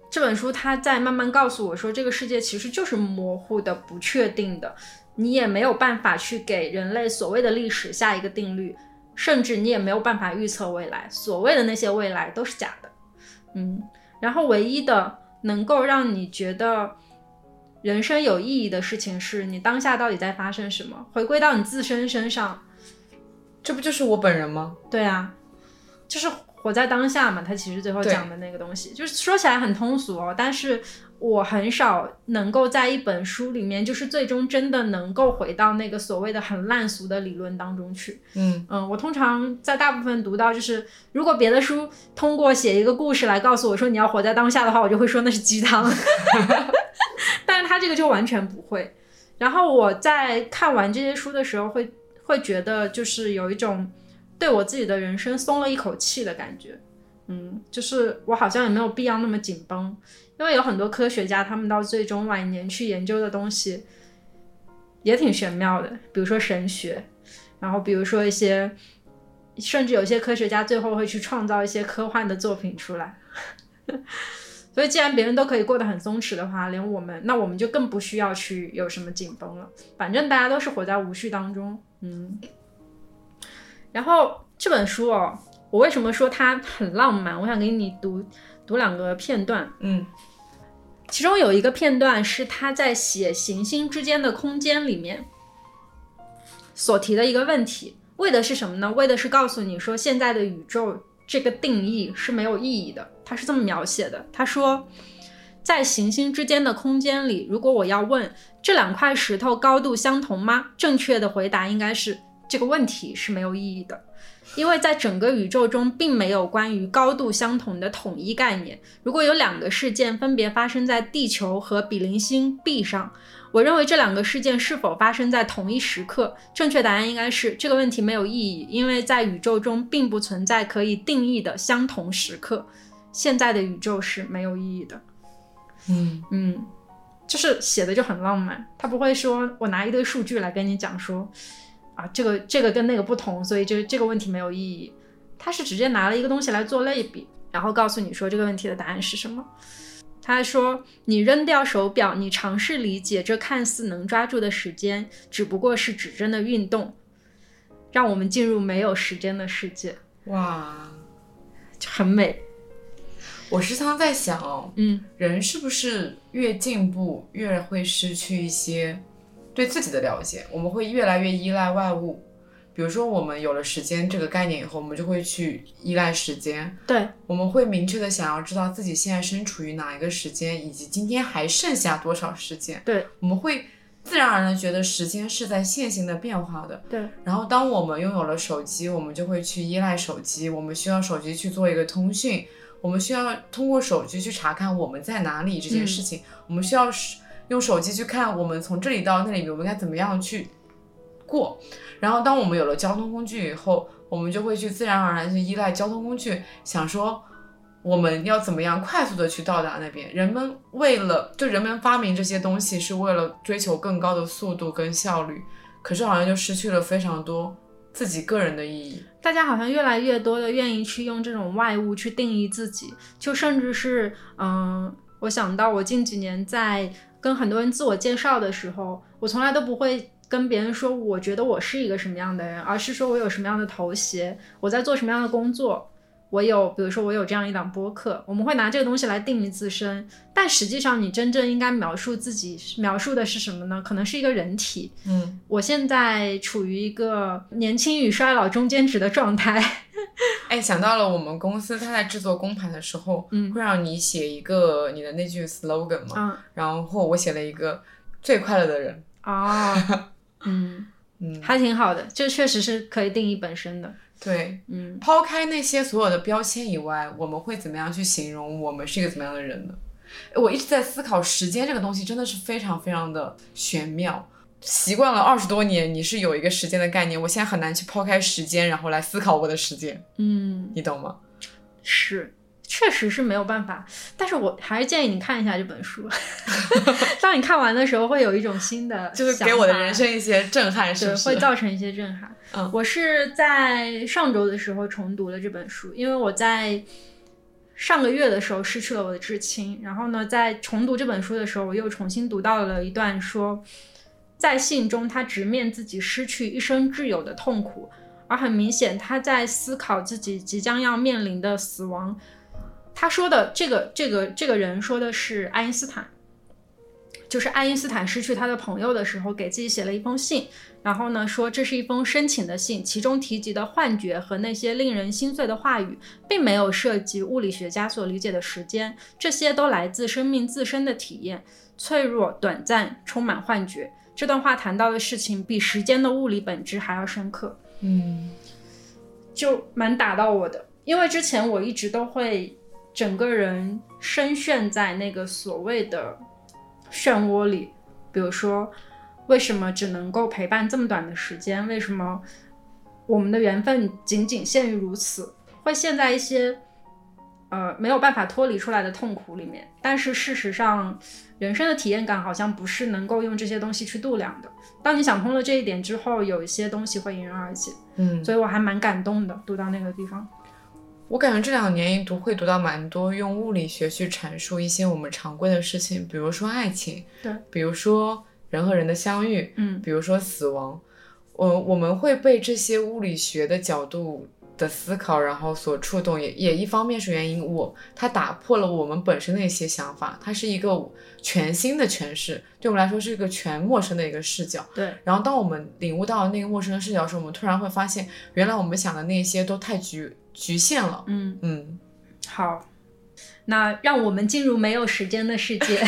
这本书它在慢慢告诉我说，这个世界其实就是模糊的、不确定的，你也没有办法去给人类所谓的历史下一个定律，甚至你也没有办法预测未来，所谓的那些未来都是假的。嗯，然后唯一的能够让你觉得人生有意义的事情是你当下到底在发生什么，回归到你自身身上。 这不就是我本人吗？ 对啊，就是活在当下嘛，他其实最后讲的那个东西就是说起来很通俗哦，但是我很少能够在一本书里面就是最终真的能够回到那个所谓的很烂俗的理论当中去。 嗯嗯，我通常在大部分读到就是如果别的书通过写一个故事来告诉我说你要活在当下的话，我就会说那是鸡汤但是他这个就完全不会。然后我在看完这些书的时候会会觉得就是有一种对我自己的人生松了一口气的感觉。嗯，就是我好像也没有必要那么紧绷，因为有很多科学家他们到最终晚年去研究的东西也挺玄妙的，比如说神学，然后比如说一些甚至有些科学家最后会去创造一些科幻的作品出来所以既然别人都可以过得很松弛的话，连我们那我们就更不需要去有什么紧绷了，反正大家都是活在无序当中。嗯，然后这本书哦，我为什么说它很浪漫，我想给你读读两个片段。 嗯， 其中有一个片段是他在写行星之间的空间里面所提的一个问题，为的是什么呢？为的是告诉你说现在的宇宙这个定义是没有意义的。他是这么描写的，他说在行星之间的空间里，如果我要问这两块石头高度相同吗？正确的回答应该是这个问题是没有意义的，因为在整个宇宙中并没有关于高度相同的统一概念。如果有两个事件分别发生在地球和比邻星 B 上，我认为这两个事件是否发生在同一时刻，正确答案应该是这个问题没有意义，因为在宇宙中并不存在可以定义的相同时刻，现在的宇宙是没有意义的。 嗯嗯，就是写的就很浪漫，他不会说我拿一堆数据来跟你讲说啊，这个这个跟那个不同，所以这这个问题没有意义。他是直接拿了一个东西来做类比，然后告诉你说这个问题的答案是什么。他还说你扔掉手表，你尝试理解这看似能抓住的时间只不过是指针的运动，让我们进入没有时间的世界。 哇， 就很美。 我时常在想， 嗯， 人是不是越进步越会失去一些对自己的了解，我们会越来越依赖外物。比如说我们有了时间这个概念以后，我们就会去依赖时间。 对， 我们会明确的想要知道自己现在身处于哪一个时间，以及今天还剩下多少时间。 对， 我们会自然而然觉得时间是在线性的变化的。 对， 然后当我们拥有了手机，我们就会去依赖手机，我们需要手机去做一个通讯，我们需要通过手机去查看我们在哪里这件事情、嗯、我们需要用手机去看我们从这里到那里我们该怎么样去过。然后当我们有了交通工具以后，我们就会去自然而然去依赖交通工具，想说我们要怎么样快速的去到达那边。人们为了就人们发明这些东西是为了追求更高的速度跟效率，可是好像就失去了非常多自己个人的意义。 大家好像越来越多的愿意去用这种外物去定义自己，就甚至是嗯，我想到我近几年在跟很多人自我介绍的时候，我从来都不会跟别人说我觉得我是一个什么样的人，而是说我有什么样的头衔，我在做什么样的工作，我有比如说我有这样一档播客，我们会拿这个东西来定义自身。但实际上你真正应该描述自己描述的是什么呢？可能是一个人体。 嗯， 我现在处于一个年轻与衰老中间值的状态。 哎，想到了我们公司他在制作工牌的时候、嗯、会让你写一个你的那句 slogan 嘛、嗯、然后我写了一个最快乐的人。 哦嗯嗯，还挺好的，这确实是可以定义本身的。 对， 嗯， 抛开那些所有的标签以外，我们会怎么样去形容我们是一个怎么样的人呢？我一直在思考时间这个东西真的是非常非常的玄妙。习惯了二十多年你是有一个时间的概念，我现在很难去抛开时间然后来思考我的时间。 嗯， 你懂吗？ 是，确实是没有办法，但是我还是建议你看一下这本书当你看完的时候会有一种新的就是给我的人生一些震撼，是不是？ 对，会造成一些震撼。嗯，我是在上周的时候重读了这本书，因为我在上个月的时候失去了我的至亲，然后呢，在重读这本书的时候，我又重新读到了一段说，在信中他直面自己失去一生挚友的痛苦，而很明显他在思考自己即将要面临的死亡。他说的这个这个这个人说的是爱因斯坦，就是爱因斯坦失去他的朋友的时候给自己写了一封信，然后呢说这是一封深情的信，其中提及的幻觉和那些令人心碎的话语并没有涉及物理学家所理解的时间，这些都来自生命自身的体验，脆弱、短暂，充满幻觉。这段话谈到的事情比时间的物理本质还要深刻。 嗯， 就蛮打到我的，因为之前我一直都会整个人深陷在那个所谓的漩涡里，比如说为什么只能够陪伴这么短的时间，为什么我们的缘分仅仅限于如此，会陷在一些呃没有办法脱离出来的痛苦里面。但是事实上人生的体验感好像不是能够用这些东西去度量的，当你想通了这一点之后，有一些东西会迎刃而解。 嗯， 所以我还蛮感动的，读到那个地方。 我感觉这两年一读会读到蛮多用物理学去阐述一些我们常规的事情，比如说爱情， 对， 比如说人和人的相遇， 嗯， 比如说死亡。我我们会被这些物理学的角度的思考然后所触动，也也一方面是原因我它打破了我们本身的一些想法，它是一个全新的诠释，对我们来说是一个全陌生的一个视角。 对， 然后当我们领悟到那个陌生的视角的时候，我们突然会发现原来我们想的那些都太局局限了。 嗯嗯， 好，那让我们进入没有时间的世界。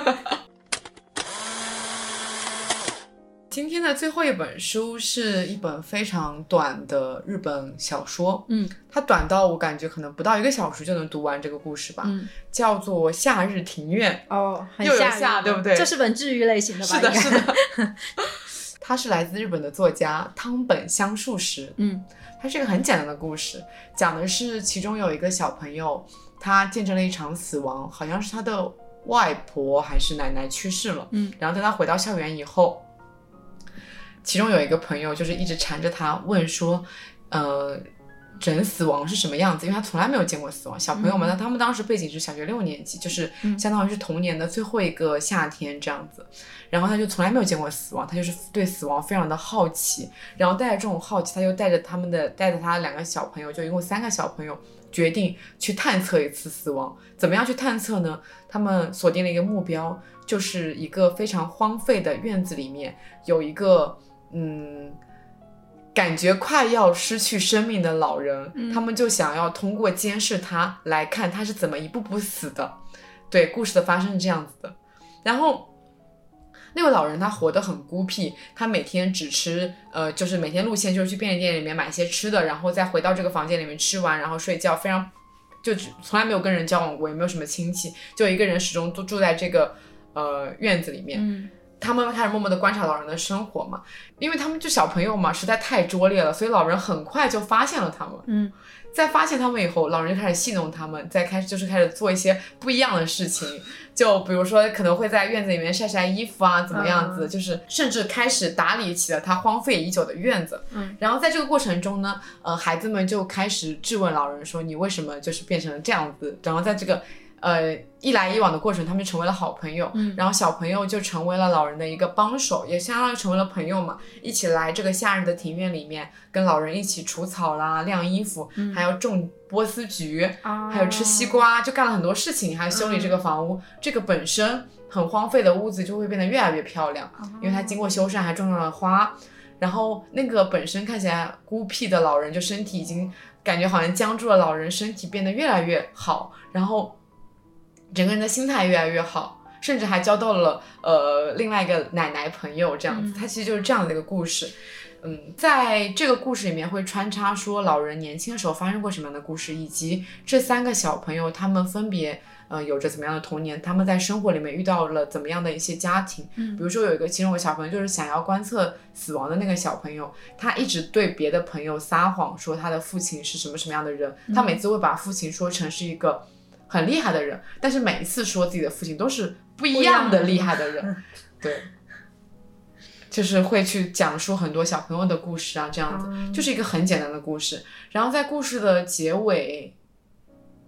今天的最后一本书是一本非常短的日本小说， 嗯， 它短到我感觉可能不到一个小时就能读完这个故事吧， 嗯， 叫做《夏日庭院》。 哦，很又有吓人， 夏对不对？ 这是本治愈类型的吧？ 是的，是的。它是来自日本的作家汤本香树实， 嗯， 它是一个很简单的故事，讲的是其中有一个小朋友，他见证了一场死亡，好像是他的外婆还是奶奶去世了， 嗯， 然后在他回到校园以后，其中有一个朋友就是一直缠着他问说，呃，人死亡是什么样子？因为他从来没有见过死亡。小朋友们，那、嗯、他们当时背景是小学六年级，就是相当于是童年的最后一个夏天这样子。然后他就从来没有见过死亡，他就是对死亡非常的好奇。然后带着这种好奇，他就带着他们的带着他两个小朋友，就一共三个小朋友，决定去探测一次死亡。怎么样去探测呢？他们锁定了一个目标，就是一个非常荒废的院子里面有一个。嗯，感觉快要失去生命的老人、嗯、他们就想要通过监视他来看他是怎么一步步死的。对，故事的发生是这样子的。然后那位老人他活得很孤僻，他每天只吃呃，就是每天路线就是去便利店里面买些吃的，然后再回到这个房间里面吃完然后睡觉，非常就从来没有跟人交往过，也没有什么亲戚，就一个人始终都住在这个呃院子里面。嗯，他们开始默默地观察老人的生活嘛，因为他们就小朋友嘛，实在太拙劣了，所以老人很快就发现了他们。嗯，在发现他们以后，老人就开始戏弄他们，再开始就是开始做一些不一样的事情，就比如说可能会在院子里面晒晒衣服啊，怎么样子，嗯、就是甚至开始打理起了他荒废已久的院子。嗯，然后在这个过程中呢，呃，孩子们就开始质问老人说：“你为什么就是变成了这样子？”然后在这个呃，一来一往的过程，他们就成为了好朋友、嗯、然后小朋友就成为了老人的一个帮手，也相当于成为了朋友嘛，一起来这个夏日的庭院里面跟老人一起除草啦、晾衣服、嗯、还有种波斯菊、哦、还有吃西瓜，就干了很多事情，还修理这个房屋、嗯、这个本身很荒废的屋子就会变得越来越漂亮、哦、因为它经过修缮还种上了花，然后那个本身看起来孤僻的老人就身体已经感觉好像僵住了，老人身体变得越来越好，然后整个人的心态越来越好，甚至还交到了呃另外一个奶奶朋友这样子、嗯、它其实就是这样的一个故事。嗯，在这个故事里面会穿插说老人年轻的时候发生过什么样的故事，以及这三个小朋友他们分别呃有着怎么样的童年，他们在生活里面遇到了怎么样的一些家庭。嗯，比如说有一个其中有个小朋友就是想要观测死亡的那个小朋友，他一直对别的朋友撒谎说他的父亲是什么什么样的人、嗯、他每次会把父亲说成是一个很厉害的人，但是每一次说自己的父亲都是不一样的厉害的人。对，就是会去讲述很多小朋友的故事啊，这样子、嗯、就是一个很简单的故事。然后在故事的结尾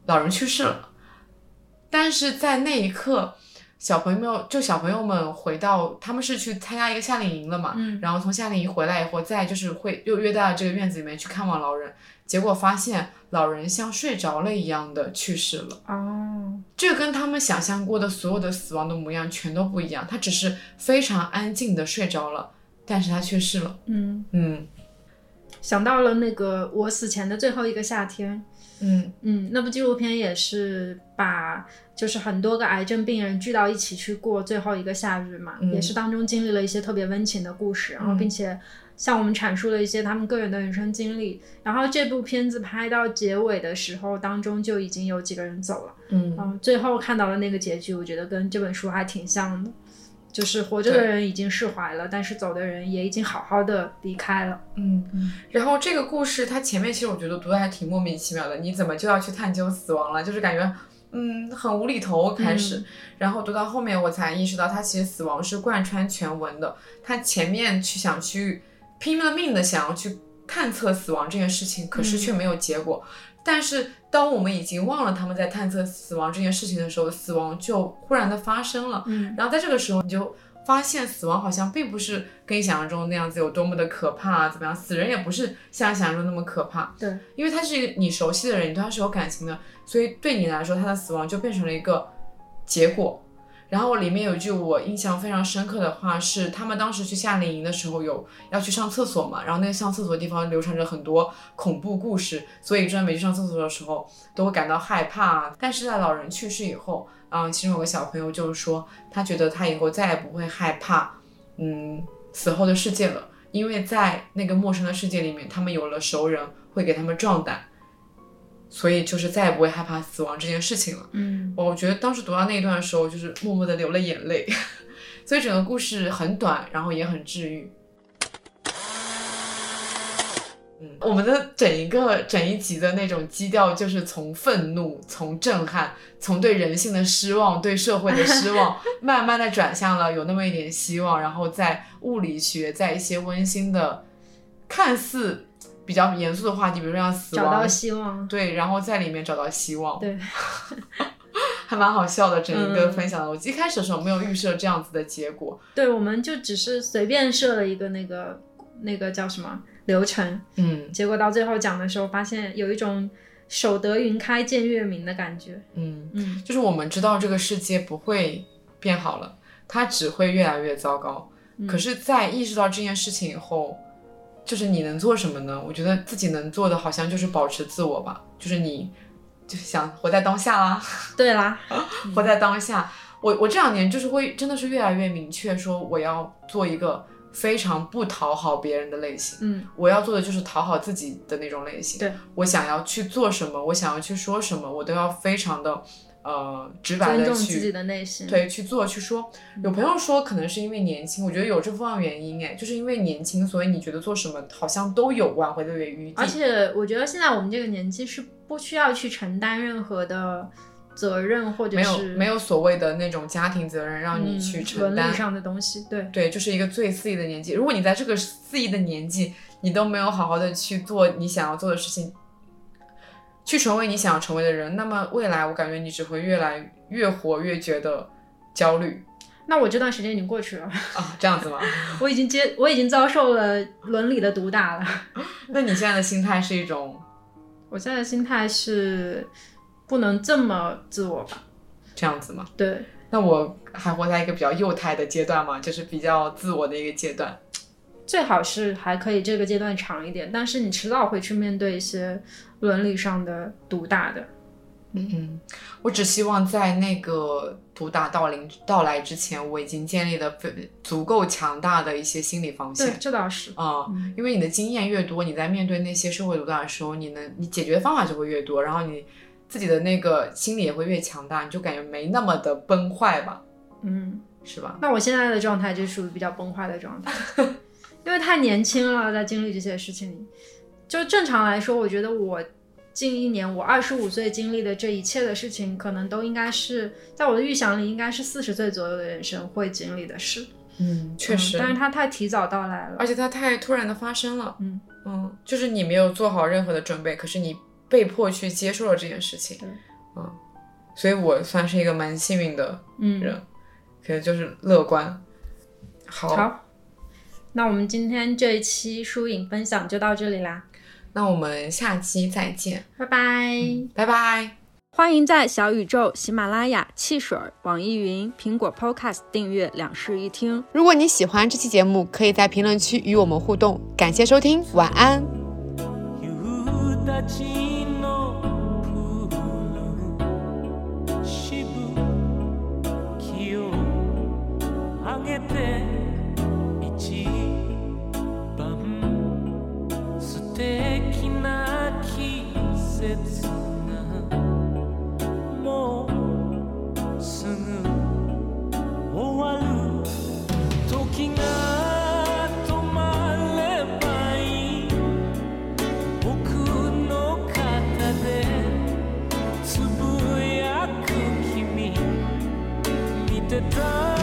老人去世了，但是在那一刻小朋友就小朋友们回到他们是去参加一个夏令营了嘛、 嗯、 然后从夏令营回来以后再就是会又约到这个院子里面去看望老人，结果发现老人像睡着了一样的去世了。 哦， 这个跟他们想象过的所有的死亡的模样全都不一样，他只是非常安静的睡着了，但是他去世了。 嗯嗯， 想到了那个我死前的最后一个夏天。 嗯嗯，那部纪录片也是把就是很多个癌症病人聚到一起去过最后一个夏日嘛、嗯、也是当中经历了一些特别温情的故事，然后并且向我们阐述了一些他们个人的人生经历。然后这部片子拍到结尾的时候，当中就已经有几个人走了。 嗯， 嗯，最后看到了那个结局，我觉得跟这本书还挺像的。就是活着的人已经释怀了，但是走的人也已经好好的离开了。 嗯嗯。然后这个故事它前面其实我觉得读的还挺莫名其妙的，你怎么就要去探究死亡了？就是感觉嗯很无厘头开始、嗯、然后读到后面我才意识到它其实死亡是贯穿全文的。它前面去想去拼了命的想要去探测死亡这件事情，可是却没有结果、嗯、但是当我们已经忘了他们在探测死亡这件事情的时候，死亡就忽然的发生了。 嗯， 然后在这个时候你就发现死亡好像并不是跟你想象中那样子有多么的可怕啊，怎么样，死人也不是像想象中那么可怕。 对， 因为他是一个你熟悉的人，你对他是有感情的，所以对你来说他的死亡就变成了一个结果。然后里面有一句我印象非常深刻的话是，他们当时去夏令营的时候有要去上厕所嘛，然后那个上厕所的地方流传着很多恐怖故事，所以专门去上厕所的时候都会感到害怕。但是在老人去世以后，嗯，其中有个小朋友就是说他觉得他以后再也不会害怕嗯死后的世界了，因为在那个陌生的世界里面他们有了熟人会给他们壮胆，所以就是再也不会害怕死亡这件事情了。 嗯， 我觉得当时读到那一段的时候就是默默的流了眼泪所以整个故事很短，然后也很治愈。嗯，我们的整一个整一集的那种基调就是从愤怒，从震撼，从对人性的失望，对社会的失望慢慢的转向了有那么一点希望，然后在物理学，在一些温馨的看似比较严肃的话题，比如说像死亡， 找到希望， 对，然后在里面找到希望， 对还蛮好笑的整一个分享的、嗯、我一开始的时候没有预设这样子的结果， 对，我们就只是随便设了一个那个那个叫什么流程， 嗯， 结果到最后讲的时候发现有一种守得云开见月明的感觉。 嗯嗯， 就是我们知道这个世界不会变好了，它只会越来越糟糕、嗯、可是在意识到这件事情以后，就是你能做什么呢？我觉得自己能做的好像就是保持自我吧，就是你就是想活在当下啦。 对啦活在当下。我我这两年就是会真的是越来越明确说我要做一个非常不讨好别人的类型， 嗯， 我要做的就是讨好自己的那种类型。 对， 我想要去做什么，我想要去说什么，我都要非常的呃直白的去尊重自己的内心， 对，去做去说。有朋友说可能是因为年轻，我觉得有这方面原因哎，就是因为年轻，所以你觉得做什么好像都有挽回的余地。 而且我觉得现在我们这个年纪是不需要去承担任何的责任，或者是没有没有所谓的那种家庭责任让你去承担、 嗯、伦理上的东西。对对，就是一个最肆意的年纪。如果你在这个肆意的年纪你都没有好好的去做你想要做的事情，去成为你想要成为的人，那么未来我感觉你只会越来越活越觉得焦虑。 那我这段时间已经过去了啊，这样子吗？ 我已经接我已经遭受了伦理的毒打了那你现在的心态是一种？ 我现在的心态是不能这么自我吧。 这样子吗？ 对。 那我还活在一个比较幼态的阶段嘛，就是比较自我的一个阶段。 最好是还可以这个阶段长一点，但是你迟早会去面对一些伦理上的毒打的。 嗯嗯，我只希望在那个毒打到临到来之前，我已经建立了足够强大的一些心理防线。 对，这倒是啊、嗯，因为你的经验越多，你在面对那些社会毒打的时候，你能你解决的方法就会越多，然后你自己的那个心理也会越强大，你就感觉没那么的崩坏吧。 嗯， 是吧？ 那我现在的状态就属于比较崩坏的状态因为太年轻了，在经历这些事情。就正常来说，我觉得我近一年我二十五岁经历的这一切的事情，可能都应该是在我的预想里应该是四十岁左右的人生会经历的事。 嗯，确实、 嗯、但是它太提早到来了， 而且它太突然的发生了。 嗯嗯，就是你没有做好任何的准备，可是你被迫去接受了这件事情。 嗯，所以我算是一个蛮幸运的人， 嗯， 可能就是乐观。好， 好，那我们今天这一期书影分享就到这里啦， 那我们下期再见， 拜拜。 嗯，拜拜。 欢迎在小宇宙、喜马拉雅、汽水、网易云、苹果 Podcast 订阅两室一厅。 如果你喜欢这期节目，可以在评论区与我们互动。感谢收听，晚安。つぶやく君見てた